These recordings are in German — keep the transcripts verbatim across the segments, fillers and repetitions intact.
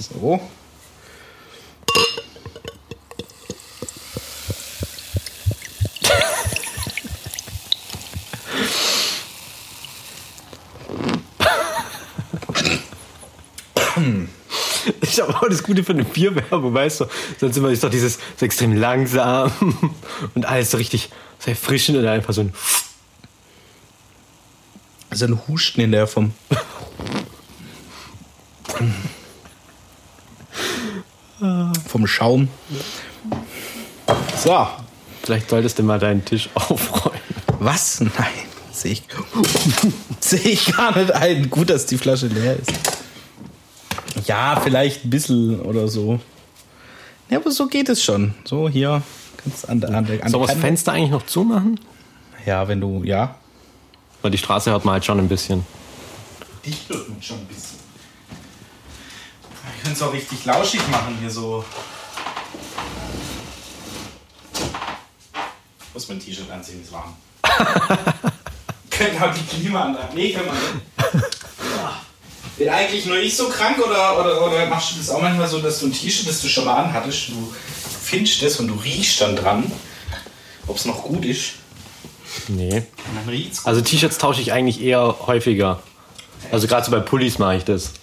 So. Ich habe auch das Gute für eine Bierwerbung, weißt du, sonst immer ist doch dieses so extrem langsam und alles so richtig so erfrischend und einfach so ein so ein Husten in der vom vom Schaum. So. Vielleicht solltest du mal deinen Tisch aufräumen. Was? Nein, sehe ich, sehe ich gar nicht ein. Gut, dass die Flasche leer ist. Ja, vielleicht ein bisschen oder so. Ja, aber so geht es schon. So, hier. Ganz an, an, an Sollen wir das Fenster eigentlich noch zumachen? Ja, wenn du, ja. Weil die Straße hört man halt schon ein bisschen. Die hört man schon ein bisschen. Wir können es auch richtig lauschig machen hier so. Ich muss mein T-Shirt anziehen, ist warm. Können wir die Klimaanlage. Nee, können wir nicht. Ja. Bin eigentlich nur ich so krank oder, oder, oder machst du das auch manchmal so, dass du ein T-Shirt, das du schon mal anhattest, du findest es und du riechst dann dran, ob es noch gut ist? Nee. Und dann riecht's gut. Also T-Shirts tausche ich eigentlich eher häufiger. Also gerade so bei Pullis mache ich das.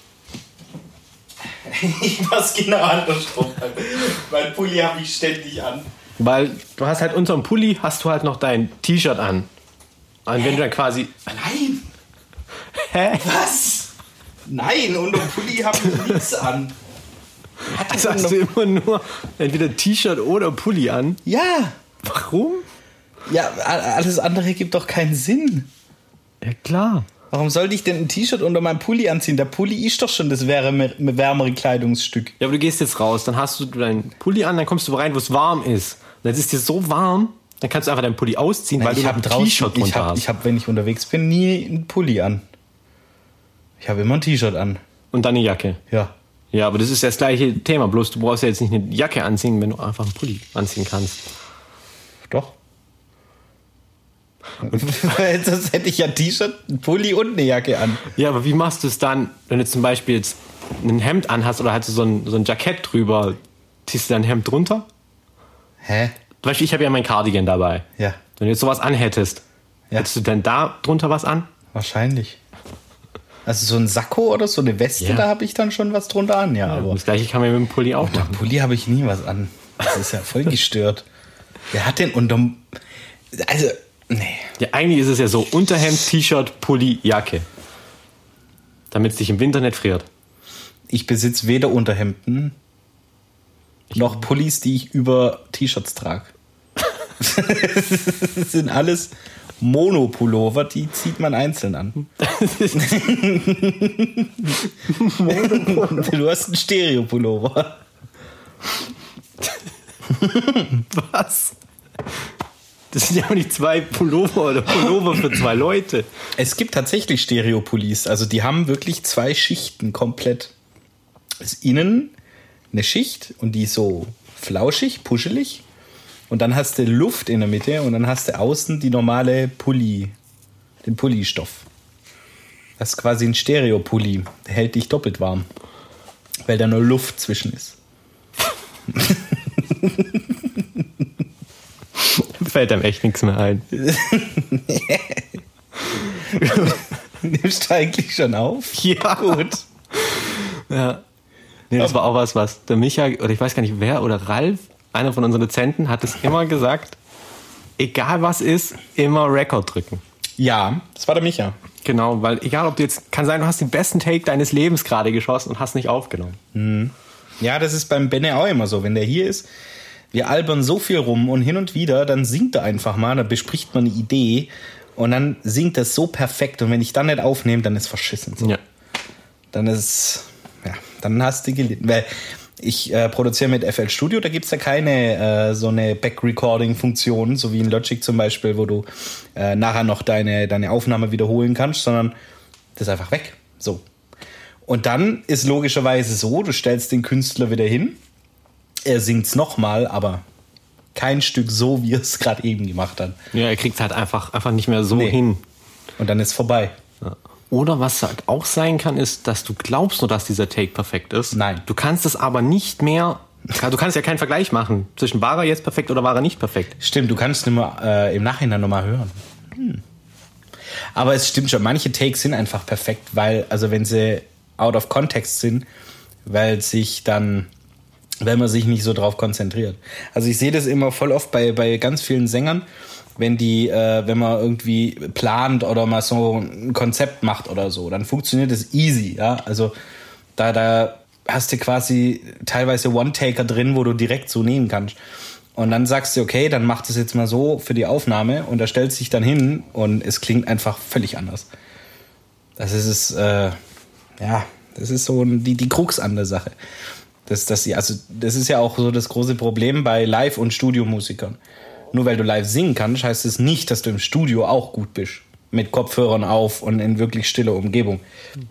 Ich mach's genau andersrum. Mein Pulli habe ich ständig an. Weil du hast halt unter dem Pulli hast du halt noch dein T-Shirt an. Und wenn du dann quasi... Nein! Hä? Was? Nein, unter dem Pulli habe ich nichts an. Hat Also hast du immer nur entweder T-Shirt oder Pulli an? Ja. Warum? Ja, alles andere gibt doch keinen Sinn. Ja klar. Warum sollte ich denn ein T-Shirt unter meinem Pulli anziehen? Der Pulli ist doch schon das wärme, wärmere Kleidungsstück. Ja, aber du gehst jetzt raus, dann hast du deinen Pulli an, dann kommst du rein, wo es warm ist. Und jetzt ist dir so warm, dann kannst du einfach deinen Pulli ausziehen, Nein, weil ich du noch hab ein T-Shirt drunter ich hab, hast. Ich habe, wenn ich unterwegs bin, nie einen Pulli an. Ich habe immer ein T-Shirt an. Und dann eine Jacke. Ja. Ja, aber das ist das gleiche Thema. Bloß du brauchst ja jetzt nicht eine Jacke anziehen, wenn du einfach einen Pulli anziehen kannst. Doch. Sonst hätte ich ja ein T-Shirt, ein Pulli und eine Jacke an. Ja, aber wie machst du es dann, wenn du zum Beispiel jetzt ein Hemd anhast oder halt so ein, so ein Jackett drüber? Ziehst du dein Hemd drunter? Hä? Zum Beispiel, ich habe ja mein Cardigan dabei. Ja. Wenn du jetzt sowas anhättest, Ja. hättest du denn da drunter was an? Wahrscheinlich. Also so ein Sakko oder so eine Weste, Ja. da habe ich dann schon was drunter an, ja. aber Das gleiche kann man mit dem Pulli auch unter machen. Pulli habe ich nie was an. Das ist ja voll gestört. Wer hat denn unterm... Also, nee. Ja, eigentlich ist es ja so, Unterhemd, T-Shirt, Pulli, Jacke. Damit es dich im Winter nicht friert. Ich besitze weder Unterhemden noch Pullis, die ich über T-Shirts trage. Das sind alles Monopullover, die zieht man einzeln an. Du hast einen Stereopullover. Was? Das sind ja auch nicht zwei Pullover oder Pullover für zwei Leute. Es gibt tatsächlich Stereopullis. Also die haben wirklich zwei Schichten komplett. Es ist innen eine Schicht und die ist so flauschig, puschelig. Und dann hast du Luft in der Mitte und dann hast du außen die normale Pulli, den Pullistoff. Das ist quasi ein Stereopulli. Der hält dich doppelt warm, weil da nur Luft zwischen ist. Fällt einem echt nichts mehr ein. Nimmst du eigentlich schon auf? Ja. Gut. Ja. Nee, das war auch was, was der Micha, oder ich weiß gar nicht wer, oder Ralf, einer von unseren Dozenten, hat es immer gesagt, egal was ist, immer Rekord drücken. Ja, das war der Micha. Genau, weil egal ob du jetzt, kann sein, du hast den besten Take deines Lebens gerade geschossen und hast nicht aufgenommen. Mhm. Ja, das ist beim Benne auch immer so. Wenn der hier ist, wir albern so viel rum und hin und wieder, dann singt er einfach mal, dann bespricht man eine Idee und dann singt er so perfekt und wenn ich dann nicht aufnehme, dann ist verschissen. So. Ja. Dann ist, ja, dann hast du gelitten. Weil ich äh, produziere mit F L Studio, da gibt es ja keine äh, so eine Back-Recording-Funktion, so wie in Logic zum Beispiel, wo du äh, nachher noch deine, deine Aufnahme wiederholen kannst, sondern das ist einfach weg. So. Und dann ist logischerweise so, du stellst den Künstler wieder hin, er singt's nochmal, aber kein Stück so, wie er es gerade eben gemacht hat. Ja, er kriegt es halt einfach, einfach nicht mehr so Nee. hin. Und dann ist vorbei. Ja. Oder was halt auch sein kann, ist, dass du glaubst nur, dass dieser Take perfekt ist. Nein. Du kannst es aber nicht mehr, du kannst ja keinen Vergleich machen zwischen war er jetzt perfekt oder war er nicht perfekt. Stimmt, du kannst es nur äh, im Nachhinein nochmal hören. Hm. Aber es stimmt schon, manche Takes sind einfach perfekt, weil, also wenn sie out of context sind, weil sich dann, wenn man sich nicht so drauf konzentriert. Also ich sehe das immer voll oft bei, bei ganz vielen Sängern, wenn die, äh, wenn man irgendwie plant oder mal so ein Konzept macht oder so, dann funktioniert das easy, ja. Also da, da hast du quasi teilweise One-Taker drin, wo du direkt so nehmen kannst. Und dann sagst du, okay, dann mach das jetzt mal so für die Aufnahme und da stellst du dich dann hin und es klingt einfach völlig anders. Das ist es, äh, ja, das ist so die, die Krux an der Sache. Das, das, also, das ist ja auch so das große Problem bei Live- und Studiomusikern. Nur weil du live singen kannst, heißt es nicht, dass du im Studio auch gut bist. Mit Kopfhörern auf und in wirklich stiller Umgebung.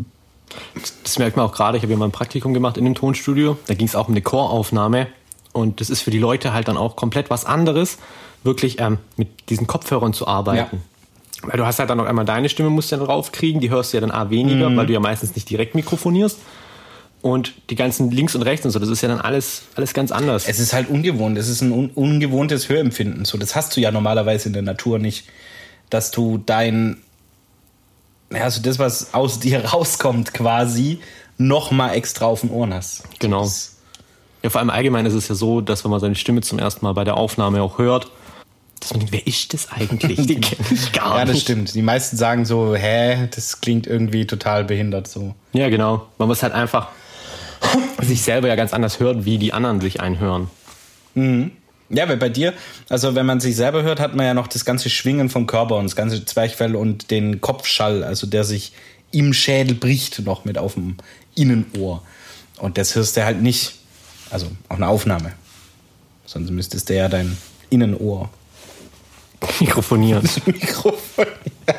Das merkt man auch gerade. Ich habe ja mal ein Praktikum gemacht in einem Tonstudio. Da ging es auch um eine Choraufnahme. Und das ist für die Leute halt dann auch komplett was anderes, wirklich ähm, mit diesen Kopfhörern zu arbeiten. Ja. Weil du hast halt dann noch einmal deine Stimme, musst du dann raufkriegen. Die hörst du ja dann A weniger, mhm. weil du ja meistens nicht direkt mikrofonierst. Und die ganzen links und rechts und so, das ist ja dann alles, alles ganz anders. Es ist halt ungewohnt, es ist ein un- ungewohntes Hörempfinden. So, das hast du ja normalerweise in der Natur nicht, dass du dein, ja, also das, was aus dir rauskommt quasi, noch mal extra auf den Ohren hast. Genau. Das ja, vor allem allgemein ist es ja so, dass wenn man seine Stimme zum ersten Mal bei der Aufnahme auch hört, dass man denkt, wer ist das eigentlich? Die kenne ich gar nicht. Ja, das stimmt. Die meisten sagen so, hä, das klingt irgendwie total behindert so. Ja, genau. Man muss halt einfach sich selber ja ganz anders hört, wie die anderen sich einhören. Mhm. Ja, weil bei dir, also wenn man sich selber hört, hat man ja noch das ganze Schwingen vom Körper und das ganze Zwerchfell und den Kopfschall, also der sich im Schädel bricht, noch mit auf dem Innenohr. Und das hörst du halt nicht, also auf einer Aufnahme. Sonst müsstest du ja dein Innenohr mikrofonieren. Mikrofonieren.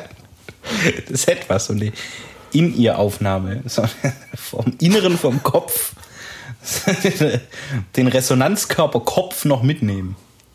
Das hätte was, so eine In-Ear-Aufnahme. So, vom Inneren, vom Kopf. Den Resonanzkörper Kopf noch mitnehmen.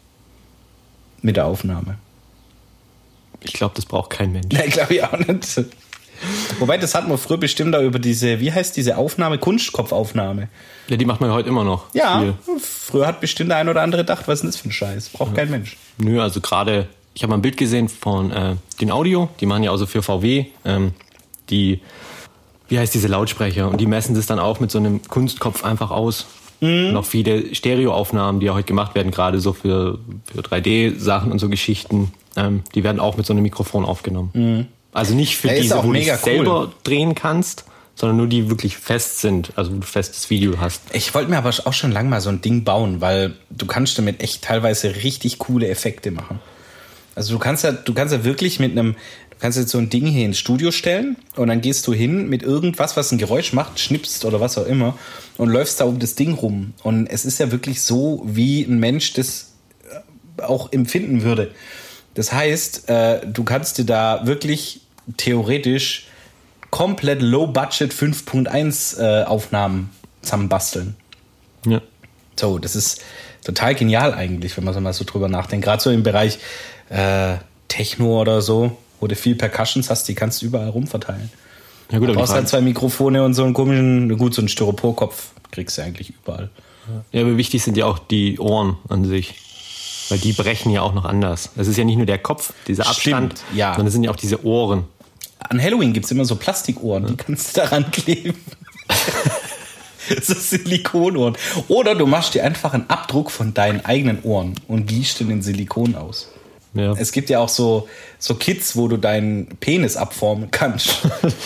Mit der Aufnahme. Ich glaube, das braucht kein Mensch. Nein, glaube ich auch nicht. Wobei, das hatten wir früher bestimmt auch über diese, wie heißt diese Aufnahme? Kunstkopfaufnahme. Ja, die macht man ja heute immer noch. Ja, viel. Früher hat bestimmt der ein oder andere gedacht, was ist denn das für ein Scheiß? Braucht ja kein Mensch. Nö, also gerade, ich habe mal ein Bild gesehen von äh, den Audio, die machen ja also für V W, ähm, die, wie heißt diese Lautsprecher? Und die messen das dann auch mit so einem Kunstkopf einfach aus. Mhm. Und auch viele Stereoaufnahmen, die ja heute gemacht werden, gerade so für, für drei D-Sachen und so Geschichten, ähm, die werden auch mit so einem Mikrofon aufgenommen. Mhm. Also nicht für ja, diese, wo du cool. selber drehen kannst, sondern nur die wirklich fest sind, also wo du festes Video hast. Ich wollte mir aber auch schon lange mal so ein Ding bauen, weil du kannst damit echt teilweise richtig coole Effekte machen. Also du kannst ja, du kannst ja wirklich mit einem, du kannst jetzt so ein Ding hier ins Studio stellen und dann gehst du hin mit irgendwas, was ein Geräusch macht, schnippst oder was auch immer und läufst da um das Ding rum. Und es ist ja wirklich so, wie ein Mensch das auch empfinden würde. Das heißt, du kannst dir da wirklich theoretisch komplett Low-Budget fünf Punkt eins äh, Aufnahmen zusammenbasteln. Ja. So, das ist total genial eigentlich, wenn man so mal so drüber nachdenkt. Gerade so im Bereich äh, Techno oder so, wo du viel Percussions hast, die kannst du überall rumverteilen. Ja, gut, du brauchst halt zwei Mikrofone und so einen komischen, gut, so einen Styroporkopf kriegst du eigentlich überall. Ja, aber wichtig sind ja auch die Ohren an sich. Weil die brechen ja auch noch anders. Es ist ja nicht nur der Kopf, dieser Abstand, Stimmt, ja. sondern es sind ja auch diese Ohren. An Halloween gibt es immer so Plastikohren, ja. Die kannst du daran kleben. So Silikonohren. Oder du machst dir einfach einen Abdruck von deinen eigenen Ohren und gießt den in Silikon aus. Ja. Es gibt ja auch so, so Kits, wo du deinen Penis abformen kannst.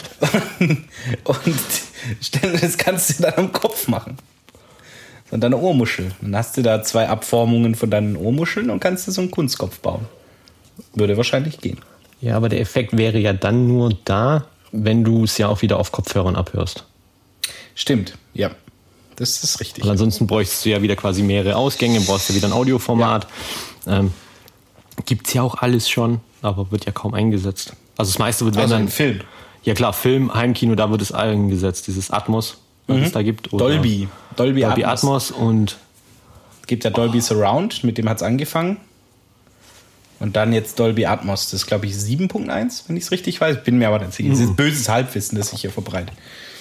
Und das kannst du dann am Kopf machen. Und deine Ohrmuschel. Dann hast du da zwei Abformungen von deinen Ohrmuscheln und kannst du so einen Kunstkopf bauen. Würde wahrscheinlich gehen. Ja, aber der Effekt wäre ja dann nur da, wenn du es ja auch wieder auf Kopfhörern abhörst. Stimmt, ja. Das ist richtig. Und ansonsten bräuchtest du ja wieder quasi mehrere Ausgänge, brauchst ja wieder ein Audioformat. Ja. Ähm, gibt's ja auch alles schon, aber wird ja kaum eingesetzt. Also das meiste wird, wenn also dann... ein Film. Ja klar, Film, Heimkino, da wird es eingesetzt. Dieses Atmos, was mhm. es da gibt. Oder Dolby. Dolby, Dolby Atmos. Atmos und... Es gibt ja Dolby oh. Surround, mit dem hat es angefangen. Und dann jetzt Dolby Atmos, das ist glaube ich sieben Punkt eins, wenn ich es richtig weiß. Bin mir aber nicht sicher. Das ist böses Halbwissen, das ich hier verbreite.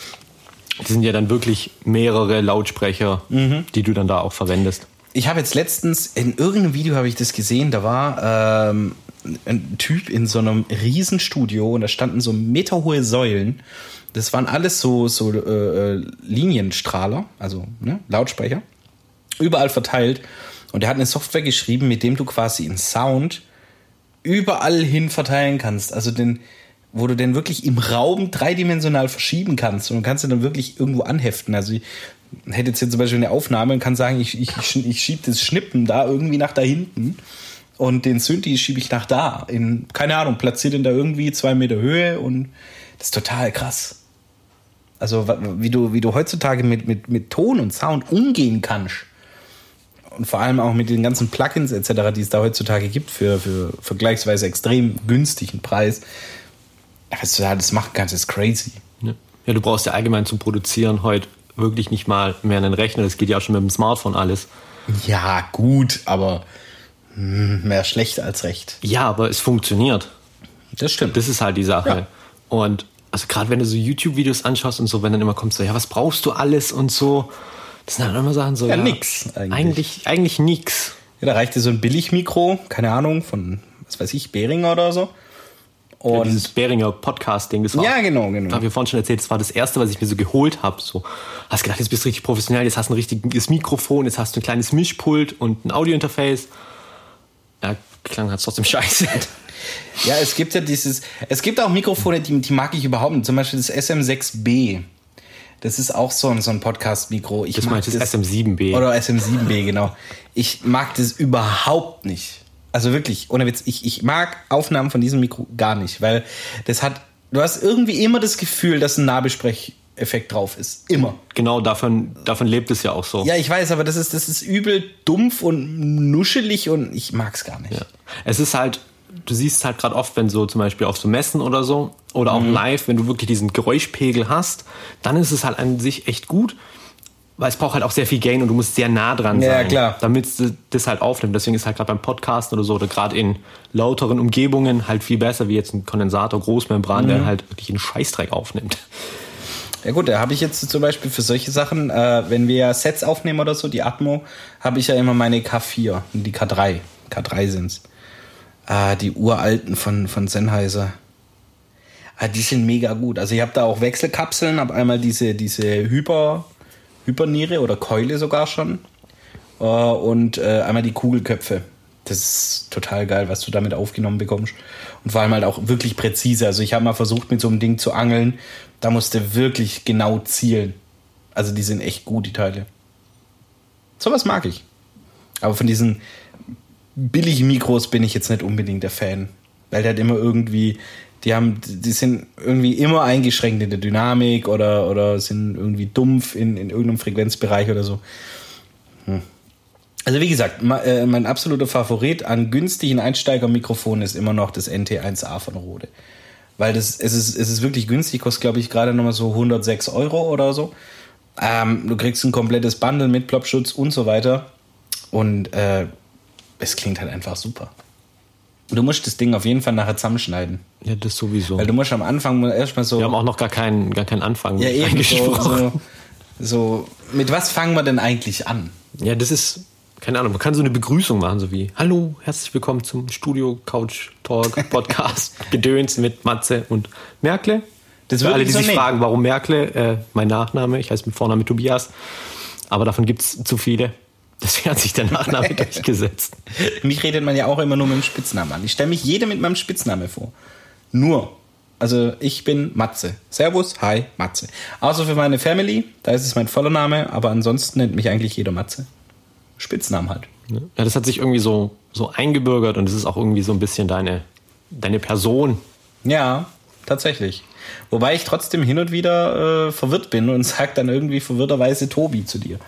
Das sind ja dann wirklich mehrere Lautsprecher, mhm. die du dann da auch verwendest. Ich habe jetzt letztens, in irgendeinem Video habe ich das gesehen, da war ähm, ein Typ in so einem Riesenstudio und da standen so meterhohe Säulen. Das waren alles so, so äh, Linienstrahler, also ne, Lautsprecher, überall verteilt. Und er hat eine Software geschrieben, mit dem du quasi einen Sound überall hin verteilen kannst. Also den, wo du den wirklich im Raum dreidimensional verschieben kannst. Und du kannst den dann wirklich irgendwo anheften. Also ich hätte jetzt hier zum Beispiel eine Aufnahme und kann sagen, ich, ich, ich schiebe das Schnippen da irgendwie nach da hinten. Und den Synthi schiebe ich nach da. In, keine Ahnung, platziert den da irgendwie zwei Meter Höhe. Und das ist total krass. Also wie du, wie du heutzutage mit, mit, mit Ton und Sound umgehen kannst. Und vor allem auch mit den ganzen Plugins et cetera, die es da heutzutage gibt für, für vergleichsweise extrem günstigen Preis. Was du da alles machen kannst, ist crazy. Ja. ja, du brauchst ja allgemein zum Produzieren heute wirklich nicht mal mehr einen Rechner. Das geht ja auch schon mit dem Smartphone alles. Ja, gut, aber mh, mehr schlecht als recht. Ja, aber es funktioniert. Das stimmt. Das ist halt die Sache. Ja. Und also gerade wenn du so YouTube-Videos anschaust und so, wenn dann immer kommt so, ja, was brauchst du alles und so. Das sind halt immer Sachen so, ja, ja nix eigentlich. Eigentlich, eigentlich nix. Ja, da reicht dir so ein Billigmikro, keine Ahnung, von, was weiß ich, Behringer oder so. Und ja, dieses Behringer Podcast-Ding, das war. Ja, genau, genau. Habe ich vorhin schon erzählt, das war das erste, was ich mir so geholt habe. So, hast gedacht, jetzt bist du richtig professionell, jetzt hast du ein richtiges Mikrofon, jetzt hast du ein kleines Mischpult und ein Audiointerface. Ja, klang halt trotzdem scheiße. Ja, es gibt ja dieses, es gibt auch Mikrofone, die, die mag ich überhaupt nicht. Zum Beispiel das S M sechs B. Das ist auch so ein, so ein Podcast-Mikro. Ich das mag meinst das S M sieben B. Oder S M sieben B, genau. Ich mag das überhaupt nicht. Also wirklich, ohne Witz, ich, ich mag Aufnahmen von diesem Mikro gar nicht, weil das hat, du hast irgendwie immer das Gefühl, dass ein Nahbesprecheffekt drauf ist. Immer. Genau, davon, davon lebt es ja auch so. Ja, ich weiß, aber das ist, das ist übel dumpf und nuschelig und ich mag's gar nicht. Ja. Es ist halt, du siehst halt gerade oft, wenn so zum Beispiel auf so Messen oder so oder auch mhm. live, wenn du wirklich diesen Geräuschpegel hast, dann ist es halt an sich echt gut, weil es braucht halt auch sehr viel Gain und du musst sehr nah dran sein, ja, klar. damit es das halt aufnimmt. Deswegen ist halt gerade beim Podcasten oder so oder gerade in lauteren Umgebungen halt viel besser wie jetzt ein Kondensator, Großmembran, mhm. der halt wirklich einen Scheißdreck aufnimmt. Ja gut, da habe ich jetzt zum Beispiel für solche Sachen, äh, wenn wir Sets aufnehmen oder so, die Atmo, habe ich ja immer meine K vier und die K drei. K drei sind's. Ah, die uralten von, von Sennheiser. Ah, die sind mega gut. Also ich habe da auch Wechselkapseln, habe einmal diese, diese Hyper, Hyperniere oder Keule sogar schon. Uh, und äh, einmal die Kugelköpfe. Das ist total geil, was du damit aufgenommen bekommst. Und vor allem halt auch wirklich präzise. Also ich habe mal versucht, mit so einem Ding zu angeln. Da musst du wirklich genau zielen. Also die sind echt gut, die Teile. Sowas mag ich. Aber von diesen billigen Mikros bin ich jetzt nicht unbedingt der Fan. Weil der hat immer irgendwie, die haben, die sind irgendwie immer eingeschränkt in der Dynamik oder, oder sind irgendwie dumpf in, in irgendeinem Frequenzbereich oder so. Hm. Also wie gesagt, mein absoluter Favorit an günstigen Einsteigermikrofonen ist immer noch das N T eins A von Rode. Weil das, es ist, es ist wirklich günstig, kostet glaube ich gerade nochmal so hundertsechs Euro oder so. Ähm, du kriegst ein komplettes Bundle mit Plopschutz und so weiter. Und äh, es klingt halt einfach super. Du musst das Ding auf jeden Fall nachher zusammenschneiden. Ja, das sowieso. Weil du musst am Anfang erstmal so... Wir haben auch noch gar keinen, gar keinen Anfang ja, eben so, so, so, mit was fangen wir denn eigentlich an? Ja, das ist... Keine Ahnung, man kann so eine Begrüßung machen, so wie hallo, herzlich willkommen zum Studio Couch Talk Podcast Gedöns mit Matze und Merkle. Das für alle, die so sich nehmen. fragen, warum Merkle, äh, mein Nachname, ich heiße mit Vorname Tobias, aber davon gibt es zu viele. Deswegen hat sich der Nachname durchgesetzt. Mich redet man ja auch immer nur mit dem Spitznamen an. Ich stelle mich jedem mit meinem Spitznamen vor. Nur. Also ich bin Matze. Servus, hi, Matze. Außer für meine Family, da ist es mein voller Name, aber ansonsten nennt mich eigentlich jeder Matze. Spitznamen halt. Ja, das hat sich irgendwie so, so eingebürgert und es ist auch irgendwie so ein bisschen deine, deine Person. Ja, tatsächlich. Wobei ich trotzdem hin und wieder äh, verwirrt bin und sage dann irgendwie verwirrterweise Tobi zu dir.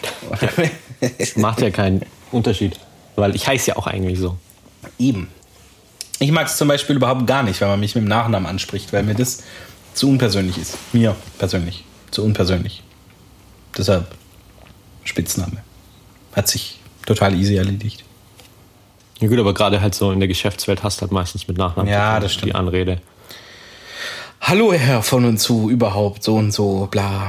Das macht ja keinen Unterschied, weil ich heiße ja auch eigentlich so. Eben. Ich mag es zum Beispiel überhaupt gar nicht, wenn man mich mit dem Nachnamen anspricht, weil mir das zu unpersönlich ist. Mir persönlich. Zu unpersönlich. Deshalb Spitzname. Hat sich total easy erledigt. Ja gut, aber gerade halt so in der Geschäftswelt hast du halt meistens mit Nachnamen ja, das stimmt. die Anrede. Hallo Herr von und zu, überhaupt, so und so, bla.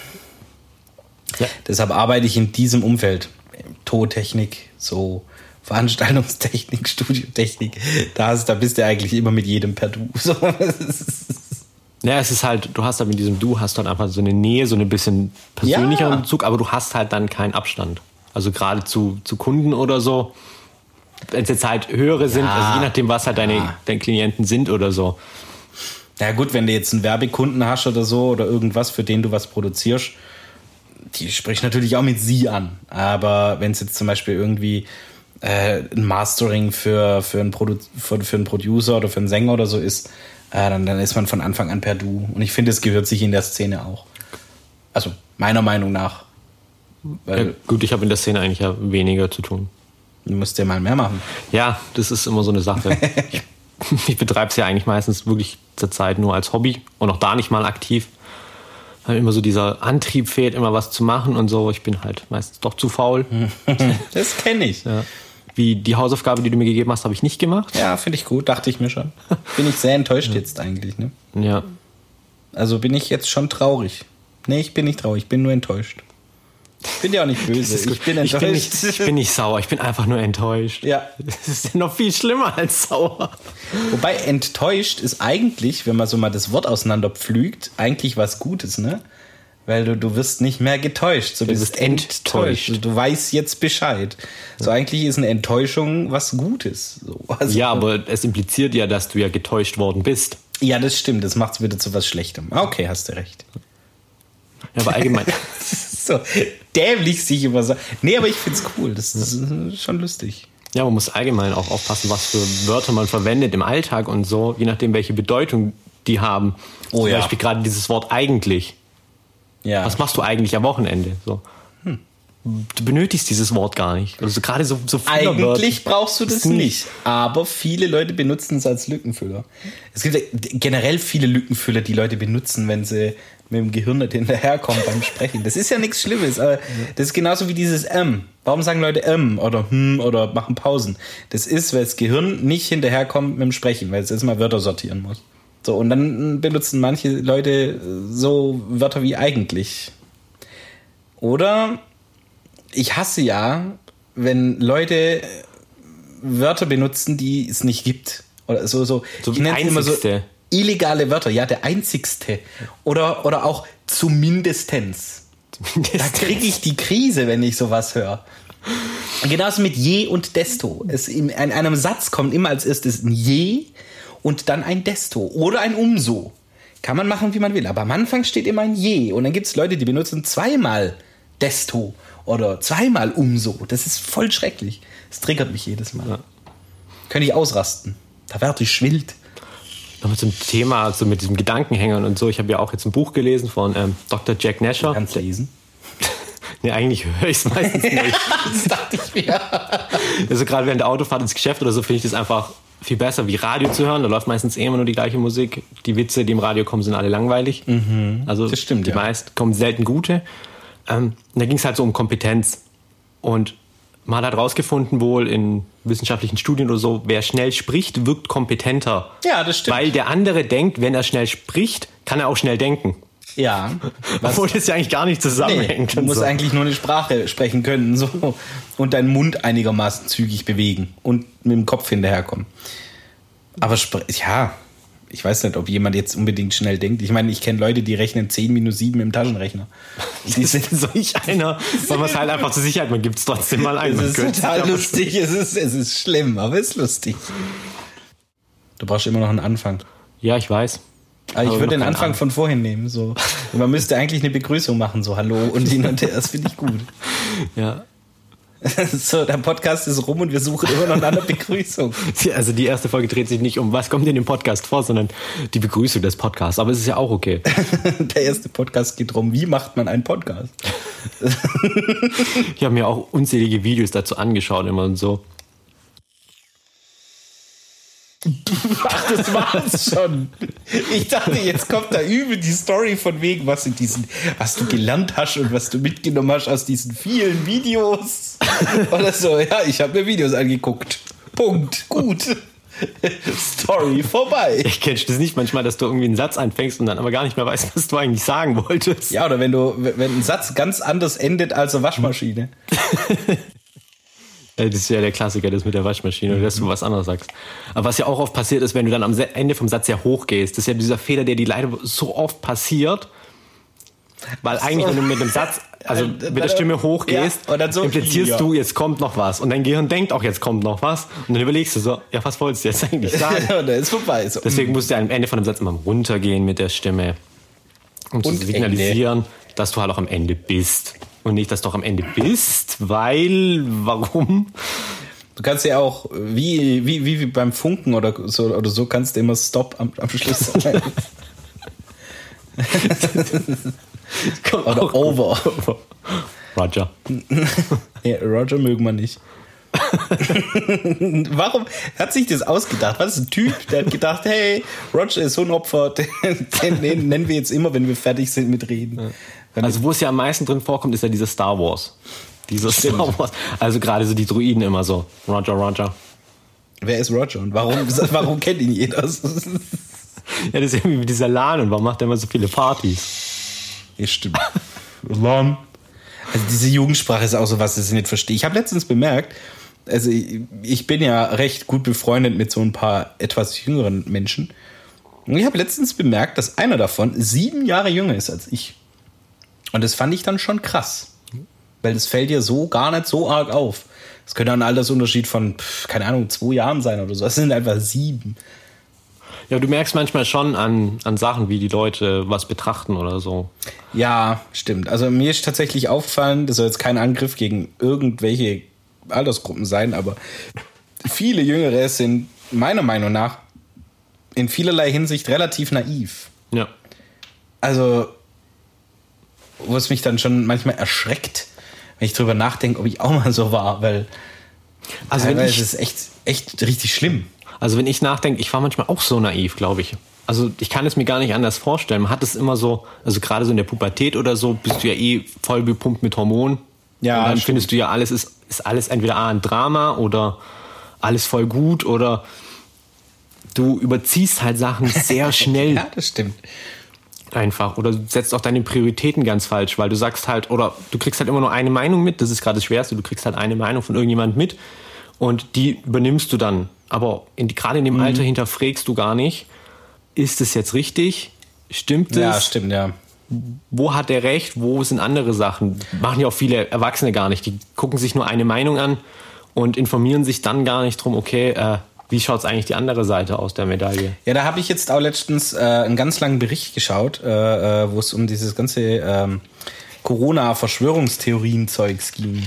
Ja. Deshalb arbeite ich in diesem Umfeld. Tontechnik, so Veranstaltungstechnik, Studiotechnik. Da, ist, da bist du eigentlich immer mit jedem per Du. So. Ja, es ist halt, du hast halt mit diesem Du, hast dann einfach so eine Nähe, so ein bisschen persönlicheren ja. Bezug, aber du hast halt dann keinen Abstand. Also gerade zu, zu Kunden oder so, wenn es jetzt halt höhere sind, ja. also je nachdem, was halt ja. deine, deine Klienten sind oder so. Ja gut, wenn du jetzt einen Werbekunden hast oder so oder irgendwas, für den du was produzierst, die spricht natürlich auch mit Sie an. Aber wenn es jetzt zum Beispiel irgendwie äh, ein Mastering für, für, einen Produ- für, für einen Producer oder für einen Sänger oder so ist, äh, dann, dann ist man von Anfang an per Du. Und ich finde, es gehört sich in der Szene auch. Also meiner Meinung nach. Weil ja, gut, ich habe in der Szene eigentlich ja weniger zu tun. Du musst ja mal mehr machen. Ja, das ist immer so eine Sache. ich ich betreibe es ja eigentlich meistens wirklich zur Zeit nur als Hobby und auch da nicht mal aktiv. Weil immer so dieser Antrieb fehlt, immer was zu machen und so. Ich bin halt meistens doch zu faul. Das kenne ich. Ja. Wie die Hausaufgabe, die du mir gegeben hast, habe ich nicht gemacht. Ja, finde ich gut, dachte ich mir schon. Bin ich sehr enttäuscht ja. jetzt eigentlich. Ne? Ja. Also bin ich jetzt schon traurig. Nee, ich bin nicht traurig, ich bin nur enttäuscht. Ich bin ja auch nicht böse. Ich bin enttäuscht. Ich bin, nicht, ich bin nicht sauer, ich bin einfach nur enttäuscht. Ja. Das ist ja noch viel schlimmer als sauer. Wobei enttäuscht ist eigentlich, wenn man so mal das Wort auseinanderpflügt, eigentlich was Gutes, ne? Weil du, du wirst nicht mehr getäuscht. So, du, du bist enttäuscht. enttäuscht. Du weißt jetzt Bescheid. Ja. So eigentlich ist eine Enttäuschung was Gutes. So, also, ja, aber es impliziert ja, dass du ja getäuscht worden bist. Ja, das stimmt. Das macht es wieder zu was Schlechtem. Okay, hast du recht. Ja, aber allgemein... so dämlich sich immer so. Nee, aber ich find's cool. Das, das ist schon lustig. Ja, man muss allgemein auch aufpassen, was für Wörter man verwendet im Alltag und so, je nachdem, welche Bedeutung die haben. Oh, Zum ja. Beispiel gerade dieses Wort eigentlich. Ja. Was machst du eigentlich am Wochenende? So. Hm. Du benötigst dieses Wort gar nicht. Also gerade so, so Eigentlich brauchst du das nicht. nicht. Aber viele Leute benutzen es als Lückenfüller. Es gibt generell viele Lückenfüller, die Leute benutzen, wenn sie mit dem Gehirn nicht hinterherkommen beim Sprechen. Das ist ja nichts Schlimmes, aber das ist genauso wie dieses M. Warum sagen Leute M oder hm oder machen Pausen? Das ist, weil das Gehirn nicht hinterherkommt mit dem Sprechen, weil es erstmal Wörter sortieren muss. So, und dann benutzen manche Leute so Wörter wie eigentlich. Oder ich hasse ja, wenn Leute Wörter benutzen, die es nicht gibt. Oder so, so. So ich nenne es immer so illegale Wörter. Ja, der einzigste. Oder, oder auch zumindestens. Da kriege ich die Krise, wenn ich sowas höre. Genauso mit je und desto. Es in einem Satz kommt immer als erstes ein je und dann ein desto oder ein umso. Kann man machen, wie man will. Aber am Anfang steht immer ein je. Und dann gibt es Leute, die benutzen zweimal desto oder zweimal umso. Das ist voll schrecklich. Das triggert mich jedes Mal. Ja. Könnte ich ausrasten. Da werde ich wild. Nochmal zum Thema, so mit diesem Gedankenhängern und so. Ich habe ja auch jetzt ein Buch gelesen von ähm, Doktor Jack Nasher. Kannst du lesen? Nee, eigentlich höre ich es meistens nicht. Das dachte ich mir. Also gerade während der Autofahrt ins Geschäft oder so finde ich das einfach viel besser, wie Radio zu hören. Da läuft meistens eh immer nur die gleiche Musik. Die Witze, die im Radio kommen, sind alle langweilig. Mhm, also das stimmt, die ja. meisten kommen selten gute. Ähm, da ging es halt so um Kompetenz. Und man hat rausgefunden, wohl in wissenschaftlichen Studien oder so, wer schnell spricht, wirkt kompetenter. Ja, das stimmt. Weil der andere denkt, wenn er schnell spricht, kann er auch schnell denken. Ja. Obwohl das ja eigentlich gar nicht zusammenhängt. Nee, du musst so. eigentlich nur eine Sprache sprechen können so und deinen Mund einigermaßen zügig bewegen und mit dem Kopf hinterherkommen. Aber ja, ich weiß nicht, ob jemand jetzt unbedingt schnell denkt. Ich meine, ich kenne Leute, die rechnen zehn minus sieben im Taschenrechner. Die sind so ich einer, weil man es halt einfach zur Sicherheit, man gibt es trotzdem mal ein. Es ist total lustig, es ist, es ist schlimm, aber es ist lustig. Du brauchst immer noch einen Anfang. Ja, ich weiß. Aber ich würde den Anfang von vorhin nehmen. So. Man müsste eigentlich eine Begrüßung machen, so Hallo und hin und her, das finde ich gut. Ja. So, der Podcast ist rum und wir suchen immer noch eine Begrüßung. Also die erste Folge dreht sich nicht um, was kommt in dem Podcast vor, sondern die Begrüßung des Podcasts. Aber es ist ja auch okay. Der erste Podcast geht darum, wie macht man einen Podcast? Ich habe mir auch unzählige Videos dazu angeschaut immer und so. Ach, das war's schon. Ich dachte, jetzt kommt da übel die Story von wegen, was in diesen, was du gelernt hast und was du mitgenommen hast aus diesen vielen Videos. Oder so, ja, ich habe mir Videos angeguckt. Punkt. Gut. Story vorbei. Ich kennst das nicht manchmal, dass du irgendwie einen Satz anfängst und dann aber gar nicht mehr weißt, was du eigentlich sagen wolltest. Ja, oder wenn du, wenn ein Satz ganz anders endet als eine Waschmaschine. Das ist ja der Klassiker, das mit der Waschmaschine, oder dass du was anderes sagst. Aber was ja auch oft passiert ist, wenn du dann am Ende vom Satz ja hochgehst, das ist ja dieser Fehler, der die leider so oft passiert, weil eigentlich, wenn du mit dem Satz, also mit der Stimme hochgehst, ja, und dann so, implizierst ja. du, jetzt kommt noch was. Und dein Gehirn denkt auch, jetzt kommt noch was. Und dann überlegst du so, ja, was wolltest du jetzt eigentlich sagen? Und dann ist vorbei. So. Deswegen musst du am Ende von dem Satz immer runtergehen mit der Stimme, um zu Und signalisieren, Ende. Dass du halt auch am Ende bist. Und nicht, dass du auch am Ende bist, weil, warum? Du kannst ja auch, wie, wie, wie, wie beim Funken oder so, oder so, kannst du immer Stop am, am Schluss sagen. Oder Over. Roger. Ja, Roger mögen wir nicht. Warum hat sich das ausgedacht? Was ist ein Typ, der hat gedacht, hey, Roger ist so ein Opfer, den, den nennen wir jetzt immer, wenn wir fertig sind mit Reden. Ja. Also wo es ja am meisten drin vorkommt, ist ja dieser Star Wars. Dieser Star Wars. Also gerade so die Druiden immer so. Roger, Roger. Wer ist Roger und warum, warum kennt ihn jeder? Ja, das ist irgendwie wie dieser Lan und warum macht er immer so viele Partys? Ja, stimmt. Lan. Also diese Jugendsprache ist auch so was, das ich nicht verstehe. Ich habe letztens bemerkt, also ich, ich bin ja recht gut befreundet mit so ein paar etwas jüngeren Menschen. Und ich habe letztens bemerkt, dass einer davon sieben Jahre jünger ist als ich. Und das fand ich dann schon krass. Weil das fällt dir so gar nicht so arg auf. Das könnte ein Altersunterschied von, keine Ahnung, zwei Jahren sein oder so. Das sind einfach sieben. Ja, du merkst manchmal schon an, an Sachen, wie die Leute was betrachten oder so. Ja, stimmt. Also mir ist tatsächlich aufgefallen, das soll jetzt kein Angriff gegen irgendwelche Altersgruppen sein, aber viele Jüngere sind meiner Meinung nach in vielerlei Hinsicht relativ naiv. Ja. Also, wo es mich dann schon manchmal erschreckt, wenn ich drüber nachdenke, ob ich auch mal so war, weil also teilweise wenn ich, ist es echt, echt richtig schlimm. Also wenn ich nachdenke, ich war manchmal auch so naiv, glaube ich. Also ich kann es mir gar nicht anders vorstellen. Man hat es immer so, also gerade so in der Pubertät oder so, bist du ja eh voll bepumpt mit Hormonen. Ja, und dann stimmt. findest du ja, alles ist, ist alles entweder A, ein Drama oder alles voll gut oder du überziehst halt Sachen sehr schnell. Ja, das stimmt. Einfach. Oder du setzt auch deine Prioritäten ganz falsch, weil du sagst halt, oder du kriegst halt immer nur eine Meinung mit, das ist gerade das Schwerste, du kriegst halt eine Meinung von irgendjemand mit und die übernimmst du dann. Aber in, gerade in dem mhm. Alter hinterfragst du gar nicht, ist es jetzt richtig? Stimmt es? Ja, stimmt, ja. Wo hat der recht? Wo sind andere Sachen? Machen ja auch viele Erwachsene gar nicht. Die gucken sich nur eine Meinung an und informieren sich dann gar nicht drum, okay, äh, wie schaut es eigentlich die andere Seite aus der Medaille? Ja, da habe ich jetzt auch letztens äh, einen ganz langen Bericht geschaut, äh, äh, wo es um dieses ganze ähm, Corona-Verschwörungstheorien-Zeugs ging.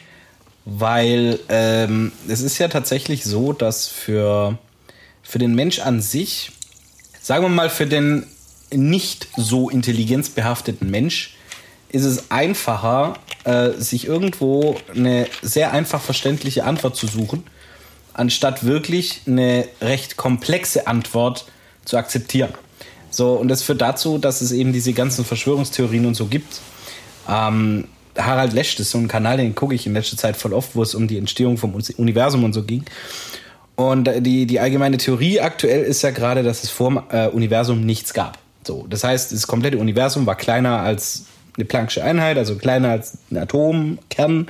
Weil ähm, es ist ja tatsächlich so, dass für, für den Mensch an sich, sagen wir mal für den nicht so intelligenzbehafteten Mensch, ist es einfacher, äh, sich irgendwo eine sehr einfach verständliche Antwort zu suchen, anstatt wirklich eine recht komplexe Antwort zu akzeptieren. So, und das führt dazu, dass es eben diese ganzen Verschwörungstheorien und so gibt. Ähm, Harald Lesch, das ist so ein Kanal, den gucke ich in letzter Zeit voll oft, wo es um die Entstehung vom Universum und so ging. Und die, die allgemeine Theorie aktuell ist ja gerade, dass es vor dem äh, Universum nichts gab. So, das heißt, das komplette Universum war kleiner als eine Planck'sche Einheit, also kleiner als ein Atomkern.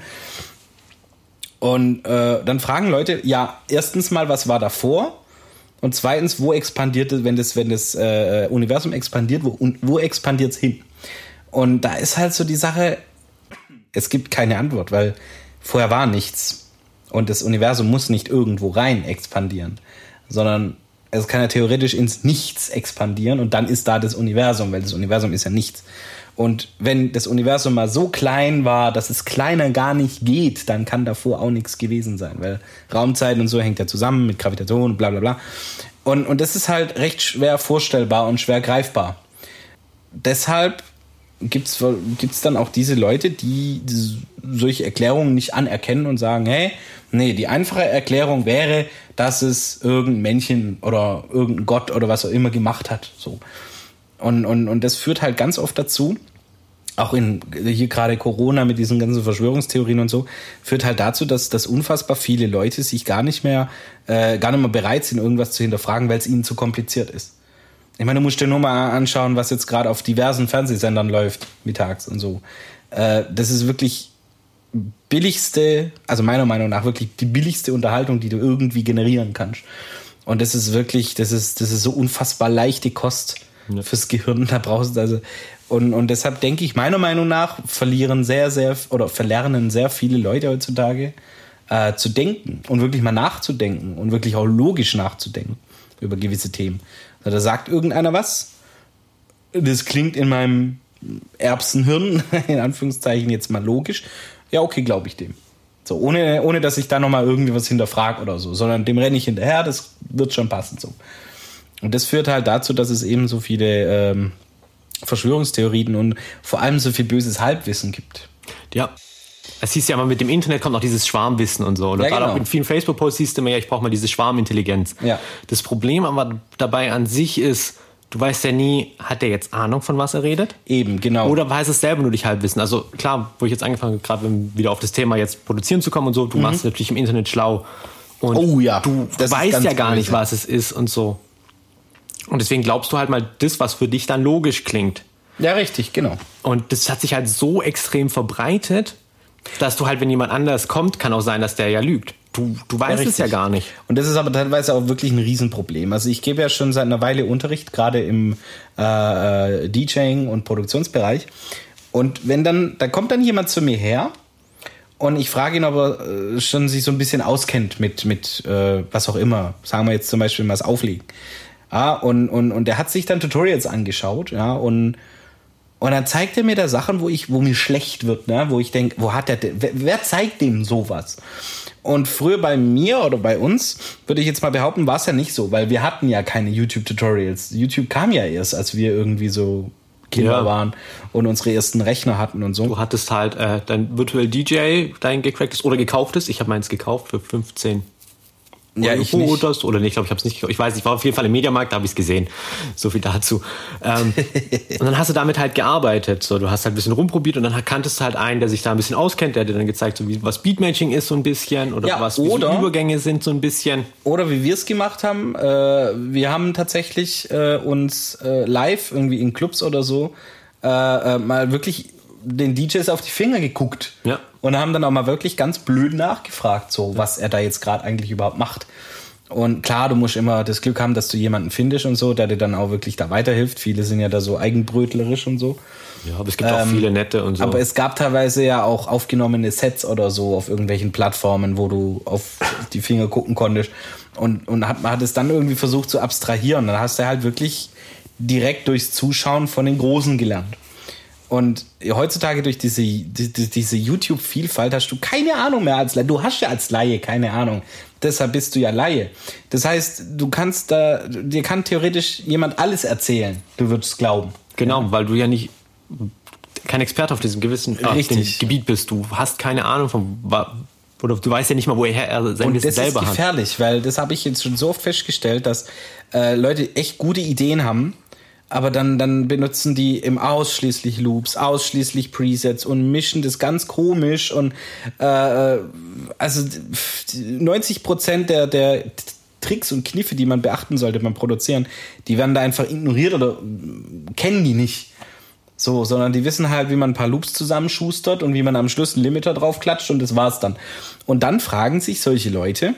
Und äh, dann fragen Leute, ja, erstens mal, was war davor? Und zweitens, wo expandiert es, wenn das, wenn das äh, Universum expandiert, wo, wo expandiert es hin? Und da ist halt so die Sache, es gibt keine Antwort, weil vorher war nichts. Und das Universum muss nicht irgendwo rein expandieren, sondern es kann ja theoretisch ins Nichts expandieren und dann ist da das Universum, weil das Universum ist ja nichts. Und wenn das Universum mal so klein war, dass es kleiner gar nicht geht, dann kann davor auch nichts gewesen sein, weil Raumzeit und so hängt ja zusammen mit Gravitation und bla bla bla. Und, und das ist halt recht schwer vorstellbar und schwer greifbar. Deshalb gibt's gibt's dann auch diese Leute, die solche Erklärungen nicht anerkennen und sagen, hey, nee, die einfache Erklärung wäre, dass es irgendein Männchen oder irgendein Gott oder was auch immer gemacht hat. So. Und, und, und das führt halt ganz oft dazu, auch in hier gerade Corona mit diesen ganzen Verschwörungstheorien und so, führt halt dazu, dass, dass unfassbar viele Leute sich gar nicht mehr, äh, gar nicht mehr bereit sind, irgendwas zu hinterfragen, weil es ihnen zu kompliziert ist. Ich meine, du musst dir nur mal anschauen, was jetzt gerade auf diversen Fernsehsendern läuft, mittags und so. Äh, das ist wirklich billigste, also meiner Meinung nach wirklich die billigste Unterhaltung, die du irgendwie generieren kannst. Und das ist wirklich, das ist, das ist so unfassbar leichte Kost ja. fürs Gehirn. Da brauchst du also, und, und deshalb denke ich, meiner Meinung nach verlieren sehr, sehr, oder verlernen sehr viele Leute heutzutage äh, zu denken und wirklich mal nachzudenken und wirklich auch logisch nachzudenken über gewisse Themen. Also da sagt irgendeiner was, das klingt in meinem Erbsenhirn, in Anführungszeichen jetzt mal logisch, ja okay, glaube ich dem. So, ohne, ohne dass ich da nochmal irgendwie was hinterfrage oder so, sondern dem renne ich hinterher, das wird schon passen so. Und das führt halt dazu, dass es eben so viele ähm, Verschwörungstheorien und vor allem so viel böses Halbwissen gibt. Ja. Es hieß ja immer, mit dem Internet kommt auch dieses Schwarmwissen und so. Oder ja, gerade genau. auch in vielen Facebook-Posts siehst du immer, ja, ich brauche mal diese Schwarmintelligenz. Ja. Das Problem aber dabei an sich ist, du weißt ja nie, hat der jetzt Ahnung, von was er redet? Eben, genau. Oder weiß es selber nur durch Halbwissen? Also klar, wo ich jetzt angefangen habe, gerade wieder auf das Thema jetzt produzieren zu kommen und so, du mhm. machst natürlich im Internet schlau. Und oh ja, du das weißt ja gar böse. nicht, was es ist und so. Und deswegen glaubst du halt mal das, was für dich dann logisch klingt. Ja, richtig, genau. Und das hat sich halt so extrem verbreitet, dass du halt, wenn jemand anders kommt, kann auch sein, dass der ja lügt. Du, du weißt ja, es ja gar nicht. Und das ist aber teilweise auch wirklich ein Riesenproblem. Also ich gebe ja schon seit einer Weile Unterricht, gerade im äh, DJing und Produktionsbereich. Und wenn dann, da kommt dann jemand zu mir her und ich frage ihn, ob er äh, schon sich so ein bisschen auskennt mit, mit äh, was auch immer. Sagen wir jetzt zum Beispiel mal das Auflegen. Ja, und, und, und der hat sich dann Tutorials angeschaut, ja, und Und dann zeigt er mir da Sachen, wo ich, wo mir schlecht wird, ne? Wo ich denke, wo hat der, wer, wer zeigt dem sowas? Und früher bei mir oder bei uns, würde ich jetzt mal behaupten, war es ja nicht so, weil wir hatten ja keine YouTube-Tutorials. YouTube kam ja erst, als wir irgendwie so Kinder ja. waren und unsere ersten Rechner hatten und so. Du hattest halt äh, dein Virtual D J, dein gecracktes oder gekauftes. Ich habe meins gekauft für fünfzehn Ja, ich nicht. Oder, so, oder nicht, ich glaube, ich habe es nicht gekauft. Ich weiß, ich war auf jeden Fall im Mediamarkt, da habe ich es gesehen. So viel dazu. Ähm, und dann hast du damit halt gearbeitet. So, du hast halt ein bisschen rumprobiert und dann kanntest du halt einen, der sich da ein bisschen auskennt, der hat dir dann gezeigt, so wie was Beatmatching ist so ein bisschen oder ja, was oder, wie so Übergänge sind so ein bisschen. Oder wie wir es gemacht haben, äh, wir haben tatsächlich äh, uns äh, live irgendwie in Clubs oder so äh, äh, mal wirklich den D Js auf die Finger geguckt. Ja. Und haben dann auch mal wirklich ganz blöd nachgefragt, so ja. was er da jetzt gerade eigentlich überhaupt macht. Und klar, du musst immer das Glück haben, dass du jemanden findest und so, der dir dann auch wirklich da weiterhilft. Viele sind ja da so eigenbrötlerisch und so. Ja, aber es gibt ähm, auch viele nette und so. Aber es gab teilweise ja auch aufgenommene Sets oder so auf irgendwelchen Plattformen, wo du auf die Finger gucken konntest. Und, und hat, man hat es dann irgendwie versucht zu abstrahieren. Dann hast du halt wirklich direkt durchs Zuschauen von den Großen gelernt. Und heutzutage durch diese, die, diese YouTube-Vielfalt hast du keine Ahnung mehr als Laie. Du hast ja als Laie keine Ahnung. Deshalb bist du ja Laie. Das heißt, du kannst da, dir kann theoretisch jemand alles erzählen. Du würdest glauben. Genau, ja. Weil du ja nicht kein Experte auf diesem gewissen auf dem Gebiet bist. Du hast keine Ahnung von, oder du weißt ja nicht mal, woher er sein Wissen selber hat. Und das ist gefährlich, hat. Weil das habe ich jetzt schon so oft festgestellt, dass äh, Leute echt gute Ideen haben. Aber dann, dann benutzen die im ausschließlich Loops, ausschließlich Presets und mischen das ganz komisch und äh, also neunzig Prozent der, der Tricks und Kniffe, die man beachten sollte beim Produzieren, die werden da einfach ignoriert oder kennen die nicht. So, sondern die wissen halt, wie man ein paar Loops zusammenschustert und wie man am Schluss einen Limiter drauf klatscht und das war's dann. Und dann fragen sich solche Leute,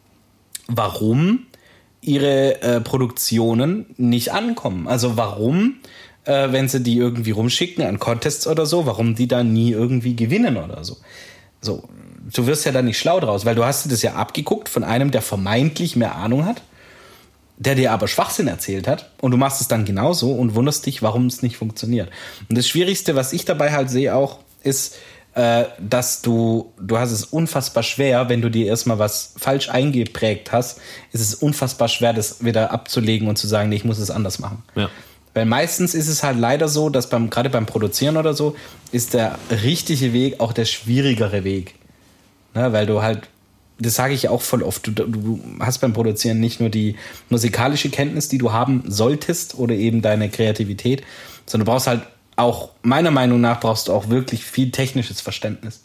warum ihre äh, Produktionen nicht ankommen. Also warum, äh, wenn sie die irgendwie rumschicken an Contests oder so, warum die da nie irgendwie gewinnen oder so. So, du wirst ja da nicht schlau draus, weil du hast das ja abgeguckt von einem, der vermeintlich mehr Ahnung hat, der dir aber Schwachsinn erzählt hat und du machst es dann genauso und wunderst dich, warum es nicht funktioniert. Und das Schwierigste, was ich dabei halt sehe auch, ist, dass du, du hast es unfassbar schwer, wenn du dir erstmal was falsch eingeprägt hast, ist es unfassbar schwer, das wieder abzulegen und zu sagen, nee, ich muss es anders machen. Ja. Weil meistens ist es halt leider so, dass beim, gerade beim Produzieren oder so, ist der richtige Weg auch der schwierigere Weg. Ne, weil du halt, das sage ich auch voll oft, du, du hast beim Produzieren nicht nur die musikalische Kenntnis, die du haben solltest oder eben deine Kreativität, sondern du brauchst halt auch meiner Meinung nach brauchst du auch wirklich viel technisches Verständnis.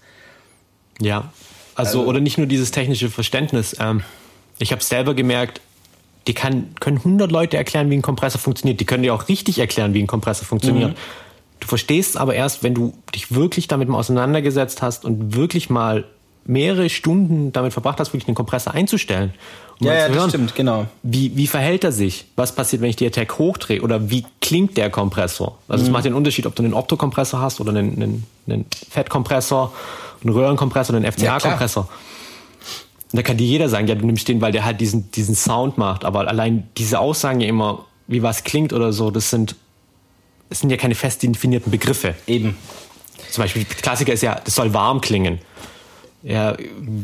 Ja, also, also oder nicht nur dieses technische Verständnis. Ähm, ich habe selber gemerkt, die kann, können hundert Leute erklären, wie ein Kompressor funktioniert. Die können dir auch richtig erklären, wie ein Kompressor funktioniert. Mhm. Du verstehst aber erst, wenn du dich wirklich damit mal auseinandergesetzt hast und wirklich mal mehrere Stunden damit verbracht hast, wirklich den Kompressor einzustellen. Um ja, mal ja, zu hören, das stimmt, genau. Wie, wie verhält er sich? Was passiert, wenn ich die Attack hochdrehe? Oder wie klingt der Kompressor? Also es Mhm. macht den Unterschied, ob du einen Optokompressor hast oder einen, einen, einen Fettkompressor, einen Röhrenkompressor, einen F C A-Kompressor. Ja, und da kann dir jeder sagen, ja, du nimmst den, weil der halt diesen, diesen Sound macht. Aber allein diese Aussagen ja immer, wie was klingt oder so, das sind, das sind ja keine fest definierten Begriffe. Eben. Zum Beispiel, Klassiker ist ja, das soll warm klingen. Ja,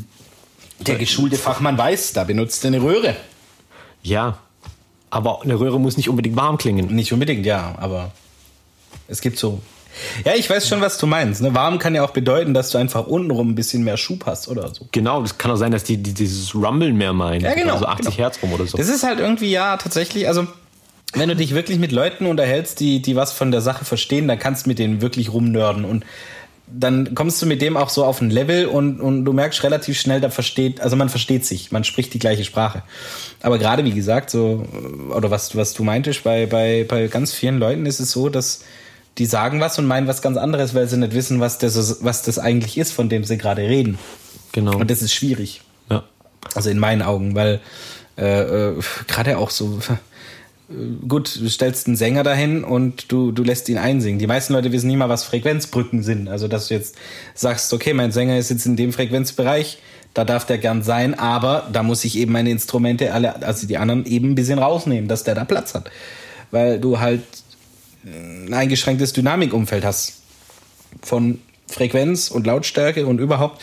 der geschulte Fachmann weiß, da benutzt er eine Röhre. Ja, aber eine Röhre muss nicht unbedingt warm klingen. Nicht unbedingt, ja, aber es gibt so... Ja, ich weiß schon, was du meinst. Ne? Warm kann ja auch bedeuten, dass du einfach untenrum ein bisschen mehr Schub hast oder so. Genau, das kann auch sein, dass die, die dieses Rumblen mehr meinen. Ja, genau. Also achtzig genau. Hertz rum oder so. Das ist halt irgendwie, ja, tatsächlich, also wenn du dich wirklich mit Leuten unterhältst, die, die was von der Sache verstehen, dann kannst du mit denen wirklich rumnörden und dann kommst du mit dem auch so auf ein Level und, und du merkst relativ schnell, da versteht, also man versteht sich, man spricht die gleiche Sprache. Aber gerade wie gesagt, so, oder was, was du meintest, bei, bei, bei ganz vielen Leuten ist es so, dass die sagen was und meinen was ganz anderes, weil sie nicht wissen, was das, was das eigentlich ist, von dem sie gerade reden. Genau. Und das ist schwierig. Ja. Also in meinen Augen, weil äh, äh, gerade auch so, äh, gut, du stellst einen Sänger dahin und du, du lässt ihn einsingen. Die meisten Leute wissen nicht mal, was Frequenzbrücken sind. Also dass du jetzt sagst, okay, mein Sänger ist jetzt in dem Frequenzbereich, da darf der gern sein, aber da muss ich eben meine Instrumente, alle, also die anderen, eben ein bisschen rausnehmen, dass der da Platz hat. Weil du halt ein eingeschränktes Dynamikumfeld hast. Von Frequenz und Lautstärke und überhaupt.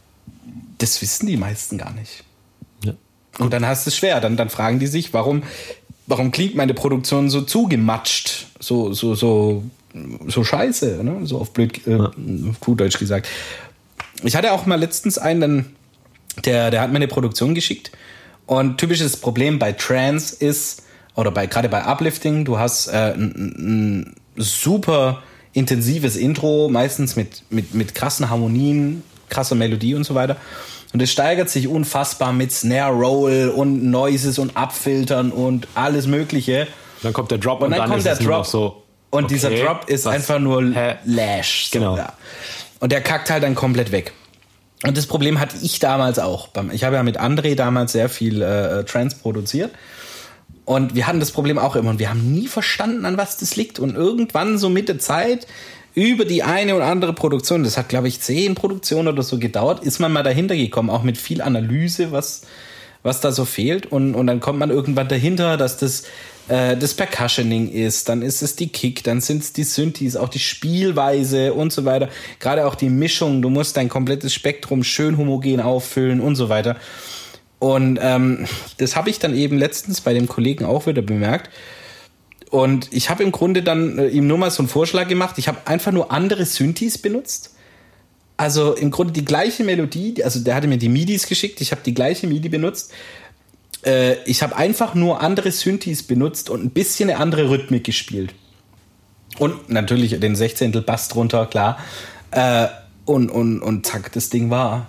Das wissen die meisten gar nicht. Ja. Und dann hast du es schwer. Dann, dann fragen die sich, warum, warum klingt meine Produktion so zugematscht? So, so, so, so scheiße, ne? So auf blöd, äh, ja. auf gut Deutsch gesagt. Ich hatte auch mal letztens einen, der, der hat mir eine Produktion geschickt. Und typisches Problem bei Trance ist, oder bei, gerade bei Uplifting, du hast äh, ein, ein super intensives Intro, meistens mit, mit, mit krassen Harmonien, krasser Melodie und so weiter. Und es steigert sich unfassbar mit Snare Roll und Noises und Abfiltern und alles Mögliche. Dann kommt der Drop und, und dann, dann kommt ist der es Drop. So, und okay, dieser Drop ist was? einfach nur Hä? Lash. So, genau. Ja. Und der kackt halt dann komplett weg. Und das Problem hatte ich damals auch. Ich habe ja mit André damals sehr viel äh, Trance produziert. Und wir hatten das Problem auch immer. Und wir haben nie verstanden, an was das liegt. Und irgendwann so mit der Zeit, über die eine oder andere Produktion, das hat, glaube ich, zehn Produktionen oder so gedauert, ist man mal dahinter gekommen. Auch mit viel Analyse, was, was da so fehlt. Und, und dann kommt man irgendwann dahinter, dass das äh, das Percussioning ist. Dann ist es die Kick, dann sind es die Synthes, auch die Spielweise und so weiter. Gerade auch die Mischung. Du musst dein komplettes Spektrum schön homogen auffüllen und so weiter. Und ähm, das habe ich dann eben letztens bei dem Kollegen auch wieder bemerkt. Und ich habe im Grunde dann äh, ihm nur mal so einen Vorschlag gemacht. Ich habe einfach nur andere Synthes benutzt. Also im Grunde die gleiche Melodie. Also der hatte mir die Midis geschickt. Ich habe die gleiche Midi benutzt. Äh, ich habe einfach nur andere Synthes benutzt und ein bisschen eine andere Rhythmik gespielt. Und natürlich den Sechzehntel Bass drunter, klar. Äh, und, und, und zack, das Ding war...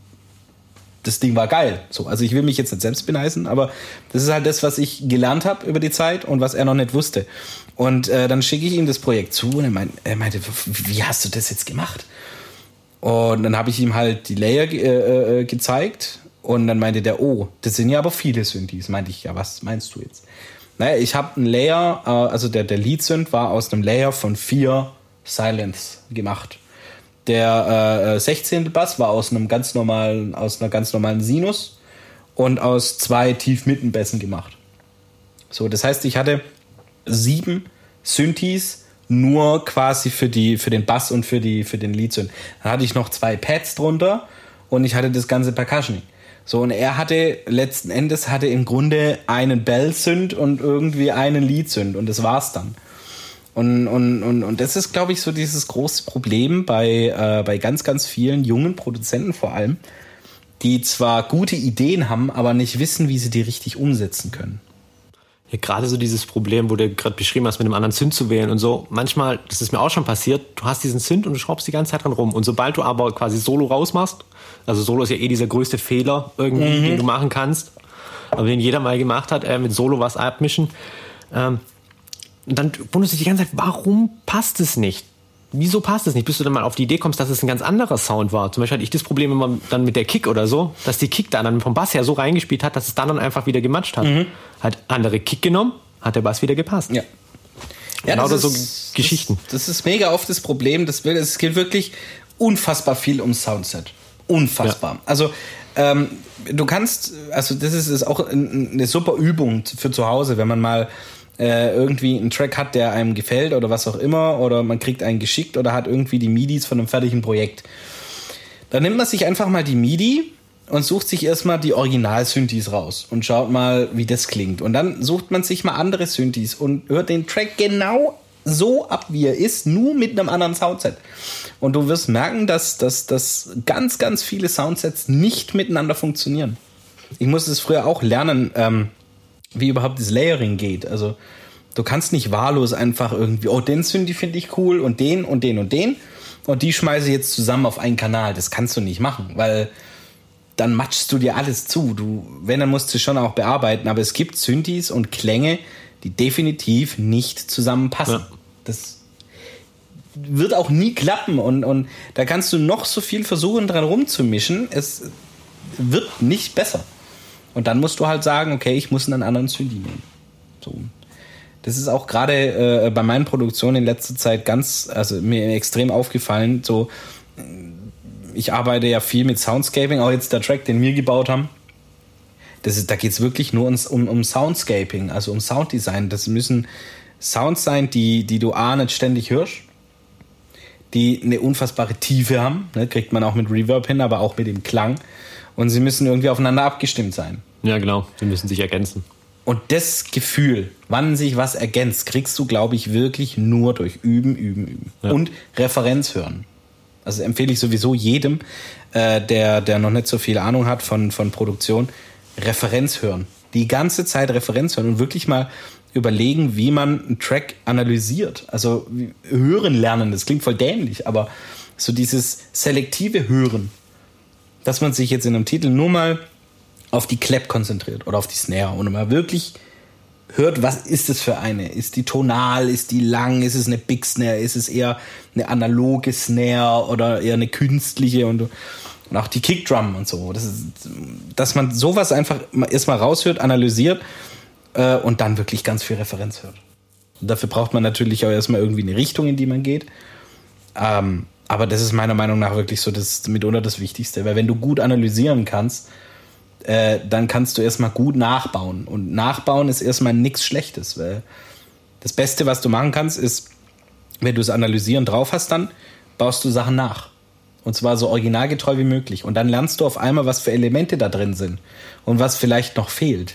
Das Ding war geil. So, also ich will mich jetzt nicht selbst beneisen, aber das ist halt das, was ich gelernt habe über die Zeit und was er noch nicht wusste. Und äh, dann schicke ich ihm das Projekt zu und er, mein, er meinte, wie hast du das jetzt gemacht? Und dann habe ich ihm halt die Layer äh, äh, gezeigt und dann meinte der, oh, das sind ja aber viele Synthes. Meinte ich, ja, was meinst du jetzt? Naja, ich habe einen Layer, äh, also der, der Lead-Synth war aus einem Layer von vier Silence gemacht. Der äh, Sechzehntel Bass war aus einem ganz normalen, aus einer ganz normalen Sinus und aus zwei Tief-Mitten-Bässen gemacht. So, das heißt, ich hatte sieben Synthes nur quasi für die, für den Bass und für die, für den Lead-Synth. Dann hatte ich noch zwei Pads drunter und ich hatte das ganze Percussioning. So, und er hatte, letzten Endes hatte im Grunde einen Bell-Synth und irgendwie einen Lead-Synth und das war's dann. Und, und, und, und das ist, glaube ich, so dieses große Problem bei, äh, bei ganz, ganz vielen jungen Produzenten vor allem, die zwar gute Ideen haben, aber nicht wissen, wie sie die richtig umsetzen können. Ja, gerade so dieses Problem, wo du gerade beschrieben hast, mit einem anderen Synth zu wählen und so. Manchmal, das ist mir auch schon passiert, du hast diesen Synth und du schraubst die ganze Zeit dran rum. Und sobald du aber quasi Solo rausmachst, also Solo ist ja eh dieser größte Fehler irgendwie, mhm. den du machen kannst, aber den jeder mal gemacht hat, äh, mit Solo was abmischen. Ähm, und dann wunderst du dich die ganze Zeit, warum passt es nicht? Wieso passt es nicht? Bis du dann mal auf die Idee kommst, dass es ein ganz anderer Sound war. Zum Beispiel hatte ich das Problem immer dann mit der Kick oder so, dass die Kick da dann vom Bass her so reingespielt hat, dass es dann, dann einfach wieder gematscht hat. Mhm. Hat andere Kick genommen, hat der Bass wieder gepasst. Ja. Ja, genau das so ist, Geschichten. Das, das ist mega oft das Problem. Das will, es geht wirklich unfassbar viel ums Soundset. Unfassbar. Ja. Also ähm, du kannst, also das ist, ist auch eine super Übung für zu Hause, wenn man mal äh, irgendwie einen Track hat, der einem gefällt oder was auch immer, oder man kriegt einen geschickt oder hat irgendwie die Midis von einem fertigen Projekt. Dann nimmt man sich einfach mal die Midi und sucht sich erstmal die Original-Synthes raus und schaut mal, wie das klingt. Und dann sucht man sich mal andere Synthes und hört den Track genau so ab, wie er ist, nur mit einem anderen Soundset. Und du wirst merken, dass, dass, dass ganz, ganz viele Soundsets nicht miteinander funktionieren. Ich musste es früher auch lernen, ähm, wie überhaupt das Layering geht. Also du kannst nicht wahllos einfach irgendwie, oh, den Synthi finde ich cool und den und den und den und die schmeiße ich jetzt zusammen auf einen Kanal. Das kannst du nicht machen, weil dann matschst du dir alles zu. Du, wenn, dann musst du schon auch bearbeiten. Aber es gibt Synthis und Klänge, die definitiv nicht zusammenpassen. Ja. Das wird auch nie klappen. Und, und da kannst du noch so viel versuchen, dran rumzumischen. Es wird nicht besser. Und dann musst du halt sagen, okay, ich muss einen anderen Synthi nehmen. So. Das ist auch gerade äh, bei meinen Produktionen in letzter Zeit ganz, also mir extrem aufgefallen. So, ich arbeite ja viel mit Soundscaping, auch jetzt der Track, den wir gebaut haben. Das ist, da geht es wirklich nur ums, um, um Soundscaping, also um Sounddesign. Das müssen Sounds sein, die, die du A, nicht ständig hörst, die eine unfassbare Tiefe haben, ne, kriegt man auch mit Reverb hin, aber auch mit dem Klang. Und sie müssen irgendwie aufeinander abgestimmt sein. Ja, genau, sie müssen sich ergänzen. Und das Gefühl, wann sich was ergänzt, kriegst du, glaube ich, wirklich nur durch Üben, Üben, Üben. Ja. Und Referenz hören. Also empfehle ich sowieso jedem, äh, der, der noch nicht so viel Ahnung hat von, von Produktion, Referenz hören. Die ganze Zeit Referenz hören und wirklich mal überlegen, wie man einen Track analysiert. Also hören lernen, das klingt voll dämlich, aber so dieses selektive Hören, dass man sich jetzt in einem Titel nur mal auf die Clap konzentriert oder auf die Snare und mal wirklich hört, was ist das für eine? Ist die tonal? Ist die lang? Ist es eine Big Snare? Ist es eher eine analoge Snare oder eher eine künstliche? Und, und auch die Kickdrum und so. Das ist, dass man sowas einfach erstmal raushört, analysiert äh, und dann wirklich ganz viel Referenz hört. Und dafür braucht man natürlich auch erstmal irgendwie eine Richtung, in die man geht. Ähm, aber das ist meiner Meinung nach wirklich so das mitunter das Wichtigste. Weil wenn du gut analysieren kannst, Äh, dann kannst du erstmal gut nachbauen. Und nachbauen ist erstmal nichts Schlechtes, weil das Beste, was du machen kannst, ist, wenn du es analysieren drauf hast, dann baust du Sachen nach. Und zwar so originalgetreu wie möglich. Und dann lernst du auf einmal, was für Elemente da drin sind und was vielleicht noch fehlt.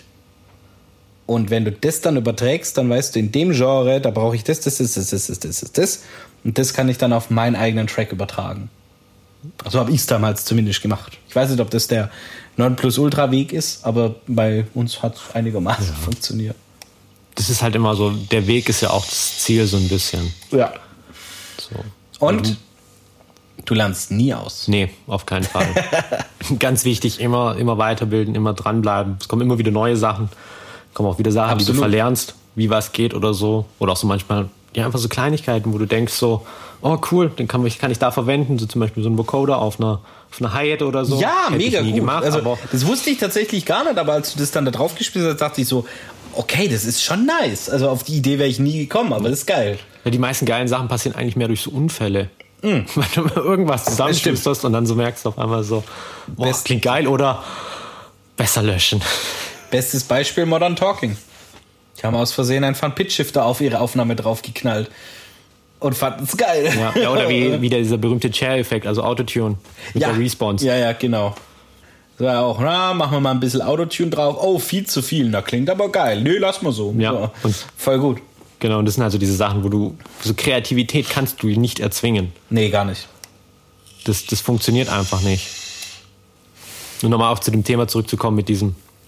Und wenn du das dann überträgst, dann weißt du, in dem Genre, da brauche ich das, das, das, das, das, das, das, das. Und das kann ich dann auf meinen eigenen Track übertragen. So habe ich es damals zumindest gemacht. Ich weiß nicht, ob das der Nonplusultra-Weg ist, aber bei uns hat es einigermaßen ja. funktioniert. Das ist halt immer so, der Weg ist ja auch das Ziel so ein bisschen. Ja. So. Und du, du lernst nie aus. Nee, auf keinen Fall. Ganz wichtig, immer, immer weiterbilden, immer dranbleiben. Es kommen immer wieder neue Sachen. Es kommen auch wieder Sachen, Absolut. die du verlernst, wie was geht oder so. Oder auch so manchmal, ja, einfach so Kleinigkeiten, wo du denkst so, oh cool, den kann ich, kann ich da verwenden, so zum Beispiel so ein Vocoder auf einer, auf einer Hi-Hat oder so. Ja, Hätte mega ich nie gut. gemacht, also, aber das wusste ich tatsächlich gar nicht, aber als du das dann da drauf gespielt hast, dachte ich so, okay, das ist schon nice. Also auf die Idee wäre ich nie gekommen, aber das ist geil. Ja, die meisten geilen Sachen passieren eigentlich mehr durch so Unfälle. Mm. Wenn du mal irgendwas zusammenschütterst und dann so merkst du auf einmal so, boah, Best- klingt geil oder besser löschen. Bestes Beispiel Modern Talking. Die haben aus Versehen einfach einen Pitch-Shifter auf ihre Aufnahme draufgeknallt. Und fanden es geil. Ja, ja, oder wie, wie der, dieser berühmte Chair-Effekt, also Autotune mit ja, der Response. Ja, ja, genau. So ja auch, na, machen wir mal ein bisschen Autotune drauf. Oh, viel zu viel. Na, klingt aber geil. Nö, lass mal so. Ja, so. Und voll gut. Genau, und das sind also diese Sachen, wo du, so Kreativität kannst du nicht erzwingen. Nee, gar nicht. Das, das funktioniert einfach nicht. Nur nochmal auf zu dem Thema zurückzukommen mit diesem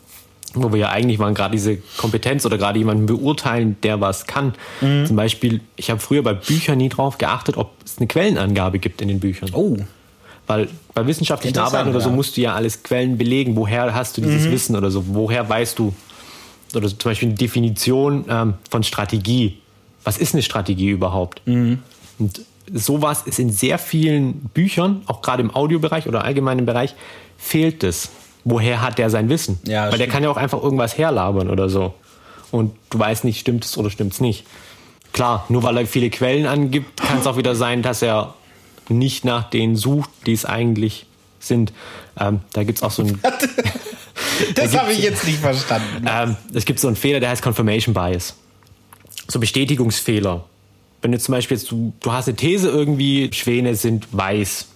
wo wir ja eigentlich waren, gerade diese Kompetenz oder gerade jemanden beurteilen, der was kann. Mhm. Zum Beispiel, ich habe früher bei Büchern nie drauf geachtet, ob es eine Quellenangabe gibt in den Büchern. Oh. Weil bei wissenschaftlichen Arbeiten oder so ja. musst du ja alles Quellen belegen. Woher hast du dieses mhm. Wissen oder so? Woher weißt du, oder zum Beispiel eine Definition ähm, von Strategie. Was ist eine Strategie überhaupt? Mhm. Und sowas ist in sehr vielen Büchern, auch gerade im Audiobereich oder allgemeinen Bereich, fehlt es. Woher hat der sein Wissen? Ja, Weil stimmt. der kann ja auch einfach irgendwas herlabern oder so. Und du weißt nicht, stimmt es oder stimmt es nicht. Klar, nur weil er viele Quellen angibt, kann es auch wieder sein, dass er nicht nach denen sucht, die es eigentlich sind. Ähm, da gibt es auch so ein... das habe ich jetzt nicht verstanden. Ähm, es gibt so einen Fehler, der heißt Confirmation Bias. So Bestätigungsfehler. Wenn du zum Beispiel jetzt, du, du hast eine These irgendwie, Schwäne sind weiß.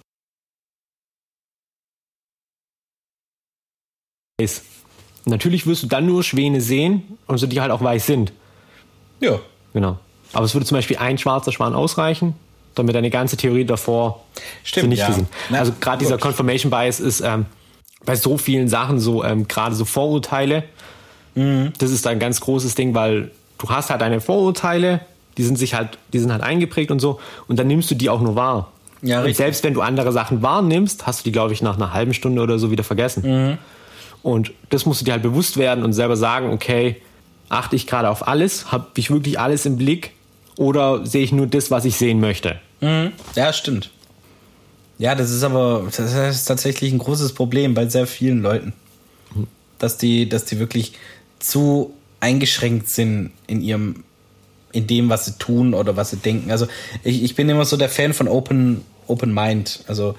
Natürlich wirst du dann nur Schwäne sehen und so die halt auch weiß sind. Ja. Genau. Aber es würde zum Beispiel ein schwarzer Schwan ausreichen, damit deine ganze Theorie davor Stimmt, zunichte ja. sind. Na, also gerade dieser Confirmation Bias ist ähm, bei so vielen Sachen so, ähm, gerade so Vorurteile, mhm. das ist ein ganz großes Ding, weil du hast halt deine Vorurteile, die sind sich halt, die sind halt eingeprägt und so, und dann nimmst du die auch nur wahr. Ja, und richtig. Selbst wenn du andere Sachen wahrnimmst, hast du die, glaube ich, nach einer halben Stunde oder so wieder vergessen. Mhm. Und das musst du dir halt bewusst werden und selber sagen, okay, achte ich gerade auf alles? Habe ich wirklich alles im Blick? Oder sehe ich nur das, was ich sehen möchte? Mhm. Ja, stimmt. Ja, das ist aber das ist tatsächlich ein großes Problem bei sehr vielen Leuten. Mhm. Dass die, dass die wirklich zu eingeschränkt sind in ihrem, in dem, was sie tun oder was sie denken. Also ich, ich bin immer so der Fan von Open, Open Mind. Also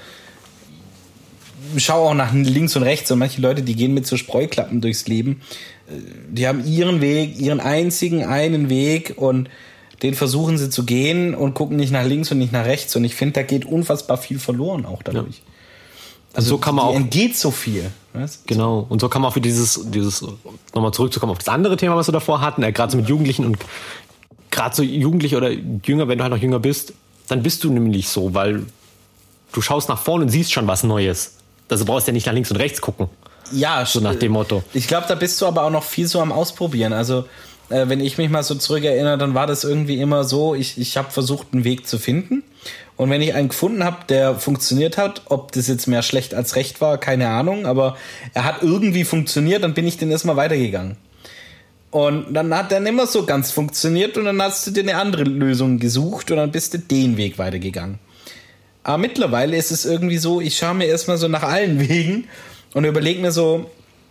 schau auch nach links und rechts, und manche Leute, die gehen mit so Spreuklappen durchs Leben. Die haben ihren Weg, ihren einzigen einen Weg, und den versuchen sie zu gehen und gucken nicht nach links und nicht nach rechts. Und ich finde, da geht unfassbar viel verloren auch dadurch. Ja. Also so kann man auch, entgeht so viel. Weißt? Genau. Und so kann man auch für dieses, dieses, nochmal zurückzukommen auf das andere Thema, was wir davor hatten, äh, gerade so mit Jugendlichen und gerade so Jugendliche oder jünger, wenn du halt noch jünger bist, dann bist du nämlich so, weil du schaust nach vorne und siehst schon was Neues. Also brauchst du ja nicht nach links und rechts gucken. Ja, so nach dem Motto. Ich glaube, da bist du aber auch noch viel so am Ausprobieren. Also äh, wenn ich mich mal so zurückerinnere, dann war das irgendwie immer so, ich, ich habe versucht, einen Weg zu finden. Und wenn ich einen gefunden habe, der funktioniert hat, ob das jetzt mehr schlecht als recht war, keine Ahnung, aber er hat irgendwie funktioniert, dann bin ich den erstmal weitergegangen. Und dann hat der nicht mehr so ganz funktioniert, und dann hast du dir eine andere Lösung gesucht und dann bist du den Weg weitergegangen. Aber mittlerweile ist es irgendwie so, ich schaue mir erstmal so nach allen Wegen und überlege mir so,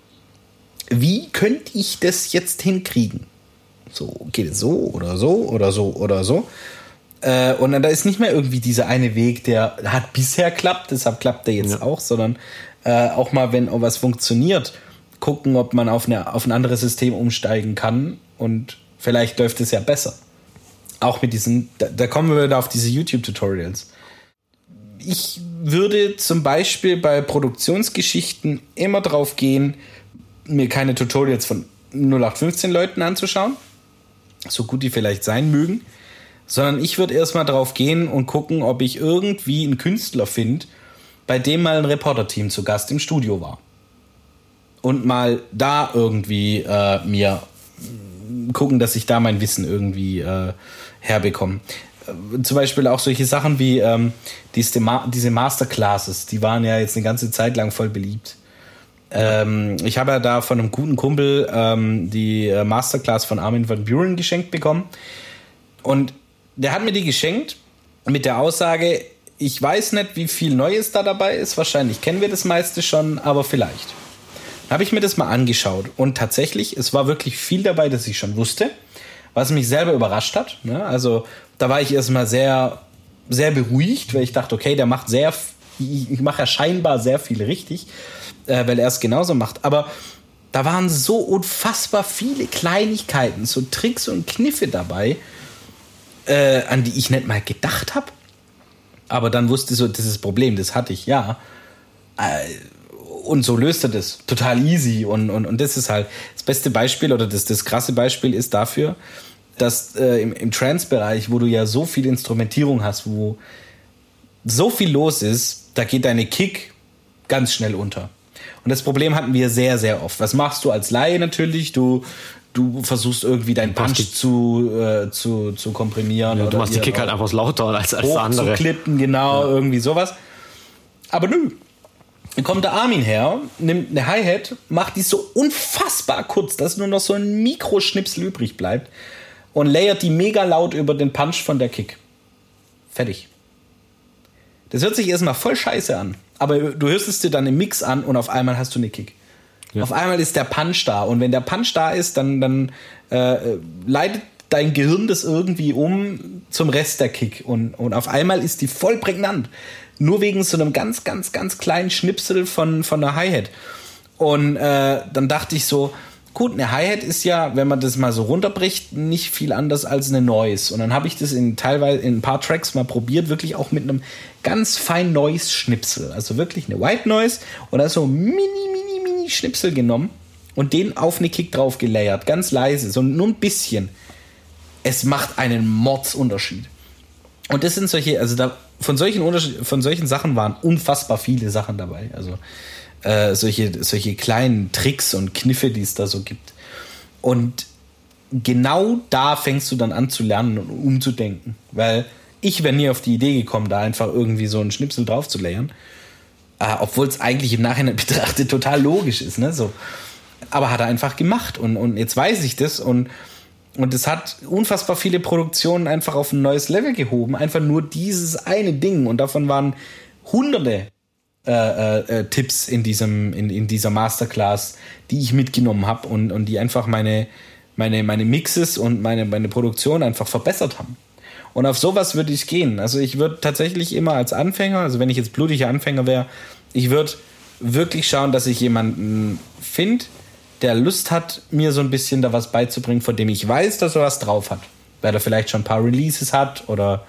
wie könnte ich das jetzt hinkriegen? So, geht es so oder so oder so oder so? Äh, und dann da ist nicht mehr irgendwie dieser eine Weg, der hat bisher klappt, deshalb klappt der jetzt ja. auch, sondern äh, auch mal, wenn auch was funktioniert, gucken, ob man auf, eine, auf ein anderes System umsteigen kann, und vielleicht läuft es ja besser. Auch mit diesen, da, da kommen wir wieder auf diese YouTube-Tutorials. Ich würde zum Beispiel bei Produktionsgeschichten immer drauf gehen, mir keine Tutorials von null acht fünfzehn Leuten anzuschauen, so gut die vielleicht sein mögen, sondern ich würde erstmal drauf gehen und gucken, ob ich irgendwie einen Künstler finde, bei dem mal ein Reporter-Team zu Gast im Studio war. Und mal da irgendwie äh, mir gucken, dass ich da mein Wissen irgendwie äh, herbekomme. Zum Beispiel auch solche Sachen wie ähm, diese, Ma- diese Masterclasses, die waren ja jetzt eine ganze Zeit lang voll beliebt. Ähm, ich habe ja da von einem guten Kumpel ähm, die äh, Masterclass von Armin van Buuren geschenkt bekommen. Und der hat mir die geschenkt mit der Aussage, ich weiß nicht, wie viel Neues da dabei ist, wahrscheinlich kennen wir das meiste schon, aber vielleicht. Dann habe ich mir das mal angeschaut, und tatsächlich, es war wirklich viel dabei, das ich schon wusste, was mich selber überrascht hat. Ne? Also da war ich erstmal sehr, sehr beruhigt, weil ich dachte, okay, der macht sehr, ich mache ja scheinbar sehr viel richtig, äh, weil er es genauso macht. Aber da waren so unfassbar viele Kleinigkeiten, so Tricks und Kniffe dabei, äh, an die ich nicht mal gedacht habe. Aber dann wusste ich so, das ist das Problem, das hatte ich, ja. Äh, Und so löst er das total easy. Und, und, und das ist halt das beste Beispiel, oder das, das krasse Beispiel ist dafür, dass äh, im, im Trance-Bereich, wo du ja so viel Instrumentierung hast, wo so viel los ist, da geht deine Kick ganz schnell unter. Und das Problem hatten wir sehr, sehr oft. Was machst du als Laie natürlich? Du, du versuchst irgendwie deinen Punch zu, äh, zu, zu komprimieren. Ja, oder du machst die Kick halt einfach lauter als, als der andere. Zu klippen, genau, ja. Irgendwie sowas. Aber nö. Dann kommt der Armin her, nimmt eine Hi-Hat, macht die so unfassbar kurz, dass nur noch so ein Mikroschnipsel übrig bleibt und layert die mega laut über den Punch von der Kick. Fertig. Das hört sich erstmal voll scheiße an, aber du hörst es dir dann im Mix an und auf einmal hast du eine Kick. Ja. Auf einmal ist der Punch da und wenn der Punch da ist, dann, dann äh, leitet dein Gehirn das irgendwie um zum Rest der Kick und, und auf einmal ist die voll prägnant. Nur wegen so einem ganz, ganz, ganz kleinen Schnipsel von, von einer Hi-Hat. Und äh, dann dachte ich so, gut, eine Hi-Hat ist ja, wenn man das mal so runterbricht, nicht viel anders als eine Noise. Und dann habe ich das in teilweise in ein paar Tracks mal probiert, wirklich auch mit einem ganz feinen Noise-Schnipsel. Also wirklich eine White Noise und dann so mini, mini, mini Schnipsel genommen und den auf eine Kick drauf gelayert, ganz leise, so nur ein bisschen. Es macht einen Mordsunterschied. Und das sind solche, also da von solchen Unterschied, von solchen Sachen waren unfassbar viele Sachen dabei. Also äh, solche, solche kleinen Tricks und Kniffe, die es da so gibt. Und genau da fängst du dann an zu lernen und umzudenken. Weil ich wäre nie auf die Idee gekommen, da einfach irgendwie so einen Schnipsel drauf zu layern. Äh, Obwohl es eigentlich im Nachhinein betrachtet total logisch ist. Ne? So. Aber hat er einfach gemacht. Und, und jetzt weiß ich das und Und es hat unfassbar viele Produktionen einfach auf ein neues Level gehoben. Einfach nur dieses eine Ding. Und davon waren hunderte äh, äh, Tipps in, diesem, in, in dieser Masterclass, die ich mitgenommen habe und, und die einfach meine, meine, meine Mixes und meine, meine Produktion einfach verbessert haben. Und auf sowas würde ich gehen. Also ich würde tatsächlich immer als Anfänger, also wenn ich jetzt blutiger Anfänger wäre, ich würde wirklich schauen, dass ich jemanden finde, der Lust hat, mir so ein bisschen da was beizubringen, von dem ich weiß, dass er was drauf hat. Weil er vielleicht schon ein paar Releases hat oder,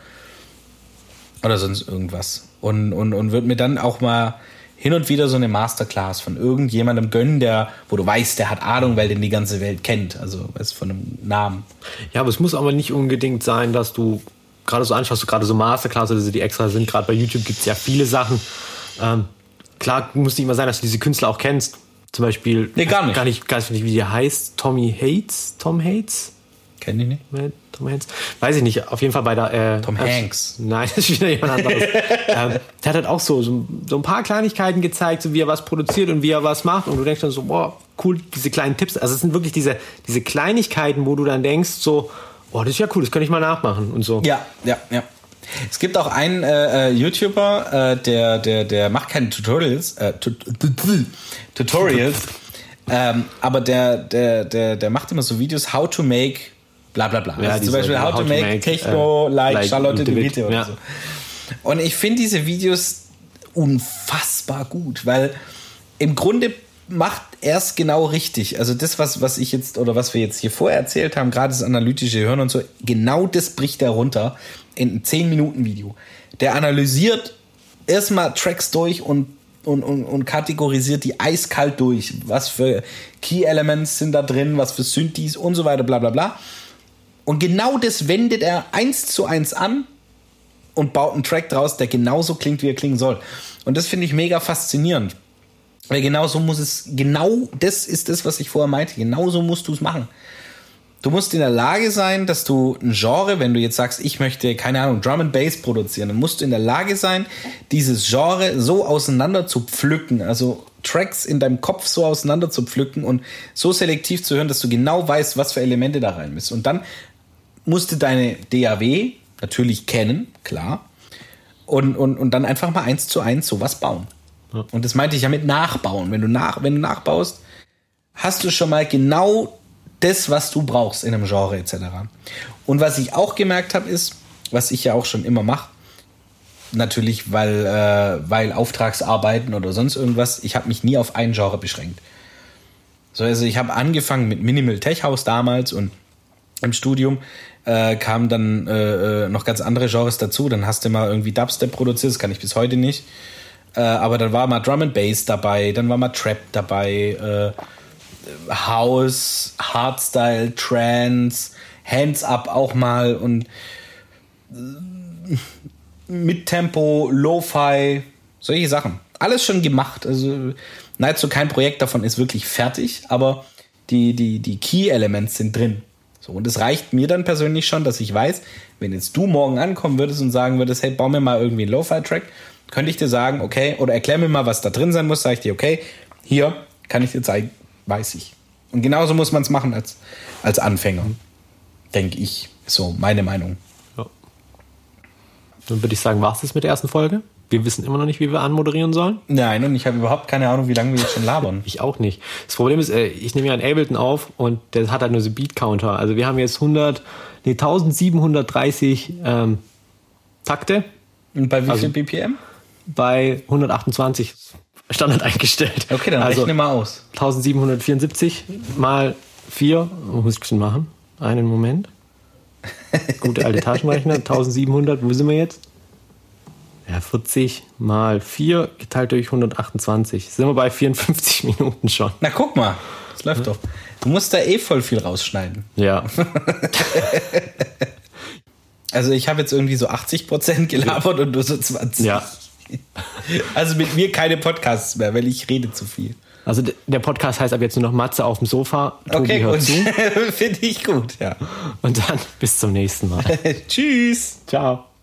oder sonst irgendwas. Und, und, und würde mir dann auch mal hin und wieder so eine Masterclass von irgendjemandem gönnen, der, wo du weißt, der hat Ahnung, weil den die ganze Welt kennt. Also weißt, von einem Namen. Ja, aber es muss aber nicht unbedingt sein, dass du gerade so anschaust, du gerade so Masterclass oder so, die extra sind. Gerade bei YouTube gibt es ja viele Sachen. Ähm, klar muss nicht immer sein, dass du diese Künstler auch kennst. Zum Beispiel, nee, gar nicht. Gar nicht, gar nicht, wie der heißt. Tommy Hates? Tom Hates? Kenn ich nicht. Tom Hanks? Weiß ich nicht. Auf jeden Fall bei der... Äh, Tom äh, Hanks. Nein, das ist wieder jemand anderes. ähm, der hat halt auch so, so, so ein paar Kleinigkeiten gezeigt, so wie er was produziert und wie er was macht. Und du denkst dann so, boah, cool, diese kleinen Tipps. Also es sind wirklich diese, diese Kleinigkeiten, wo du dann denkst so, boah, das ist ja cool, das könnte ich mal nachmachen und so. Ja, ja, ja. Es gibt auch einen äh, YouTuber, äh, der, der, der macht keine Tutorials, äh, Tutorials, ähm, aber der, der, der, der macht immer so Videos, how to make bla bla bla. Ja, also zum Beispiel how, how to make, make Techno äh, like, like Charlotte de Witte oder ja. so. Und ich finde diese Videos unfassbar gut, weil im Grunde macht er es genau richtig. Also das, was, was ich jetzt oder was wir jetzt hier vorher erzählt haben, gerade das analytische Hören und so, genau das bricht er runter in einem zehn Minuten Video. Der analysiert erstmal Tracks durch und, und, und, und kategorisiert die eiskalt durch. Was für Key Elements sind da drin, was für Synthes und so weiter, bla bla bla. Und genau das wendet er eins zu eins an und baut einen Track draus, der genauso klingt, wie er klingen soll. Und das finde ich mega faszinierend. Weil genau so muss es, genau das ist das, was ich vorher meinte, genau so musst du es machen. Du musst in der Lage sein, dass du ein Genre, wenn du jetzt sagst, ich möchte, keine Ahnung, Drum and Bass produzieren, dann musst du in der Lage sein, dieses Genre so auseinander zu pflücken, also Tracks in deinem Kopf so auseinander zu pflücken und so selektiv zu hören, dass du genau weißt, was für Elemente da rein müssen. Und dann musst du deine D A W natürlich kennen, klar, und, und, und dann einfach mal eins zu eins sowas bauen. Ja. Und das meinte ich ja mit Nachbauen. Wenn du, nach, wenn du nachbaust, hast du schon mal genau das, was du brauchst in einem Genre et cetera. Und was ich auch gemerkt habe, ist, was ich ja auch schon immer mache, natürlich, weil, äh, weil Auftragsarbeiten oder sonst irgendwas, ich habe mich nie auf ein Genre beschränkt. So, also ich habe angefangen mit Minimal Tech House damals und im Studium äh, kamen dann äh, noch ganz andere Genres dazu. Dann hast du mal irgendwie Dubstep produziert, das kann ich bis heute nicht. Äh, aber dann war mal Drum and Bass dabei, dann war mal Trap dabei, äh, House, Hardstyle, Trance, Hands Up auch mal und äh, Mittempo, Lo-Fi, solche Sachen. alles schon gemacht. Also nahezu kein Projekt davon ist wirklich fertig, aber die, die, die Key-Elements sind drin. So, und es reicht mir dann persönlich schon, dass ich weiß, wenn jetzt du morgen ankommen würdest und sagen würdest, hey, bau mir mal irgendwie einen Lo-Fi-Track, könnte ich dir sagen, okay, oder erklär mir mal, was da drin sein muss, sage ich dir, okay, hier kann ich dir zeigen, weiß ich. Und genauso muss man es machen als, als Anfänger, mhm. denke ich. Ist so meine Meinung. Ja. Dann würde ich sagen, war es das mit der ersten Folge? Wir wissen immer noch nicht, wie wir anmoderieren sollen. Nein, und ich habe überhaupt keine Ahnung, wie lange wir jetzt schon labern. Ich auch nicht. Das Problem ist, ich nehme ja einen Ableton auf und der hat halt nur so Beat-Counter. Also wir haben jetzt hundert, nee, eintausendsiebenhundertdreißig ähm, Takte. Und bei wie also viel B P M? Bei hundertachtundzwanzig Standard eingestellt. Okay, dann also rechne mal aus. eintausendsiebenhundertvierundsiebzig mal vier, muss ich schon machen? Einen Moment. Gute alte Taschenrechner, eintausendsiebenhundert, wo sind wir jetzt? Ja, vierzig mal vier geteilt durch hundertachtundzwanzig. Sind wir bei vierundfünfzig Minuten schon. Na, guck mal. Das läuft ja. doch. Du musst da eh voll viel rausschneiden. Ja. Also ich habe jetzt irgendwie so achtzig Prozent gelabert ja. und du so zwanzig. Ja. Also mit mir keine Podcasts mehr, weil ich rede zu viel. Also der Podcast heißt ab jetzt nur noch Matze auf dem Sofa. Tobi okay, hört gut. zu. Finde ich gut, ja. Und dann bis zum nächsten Mal. Tschüss. Ciao.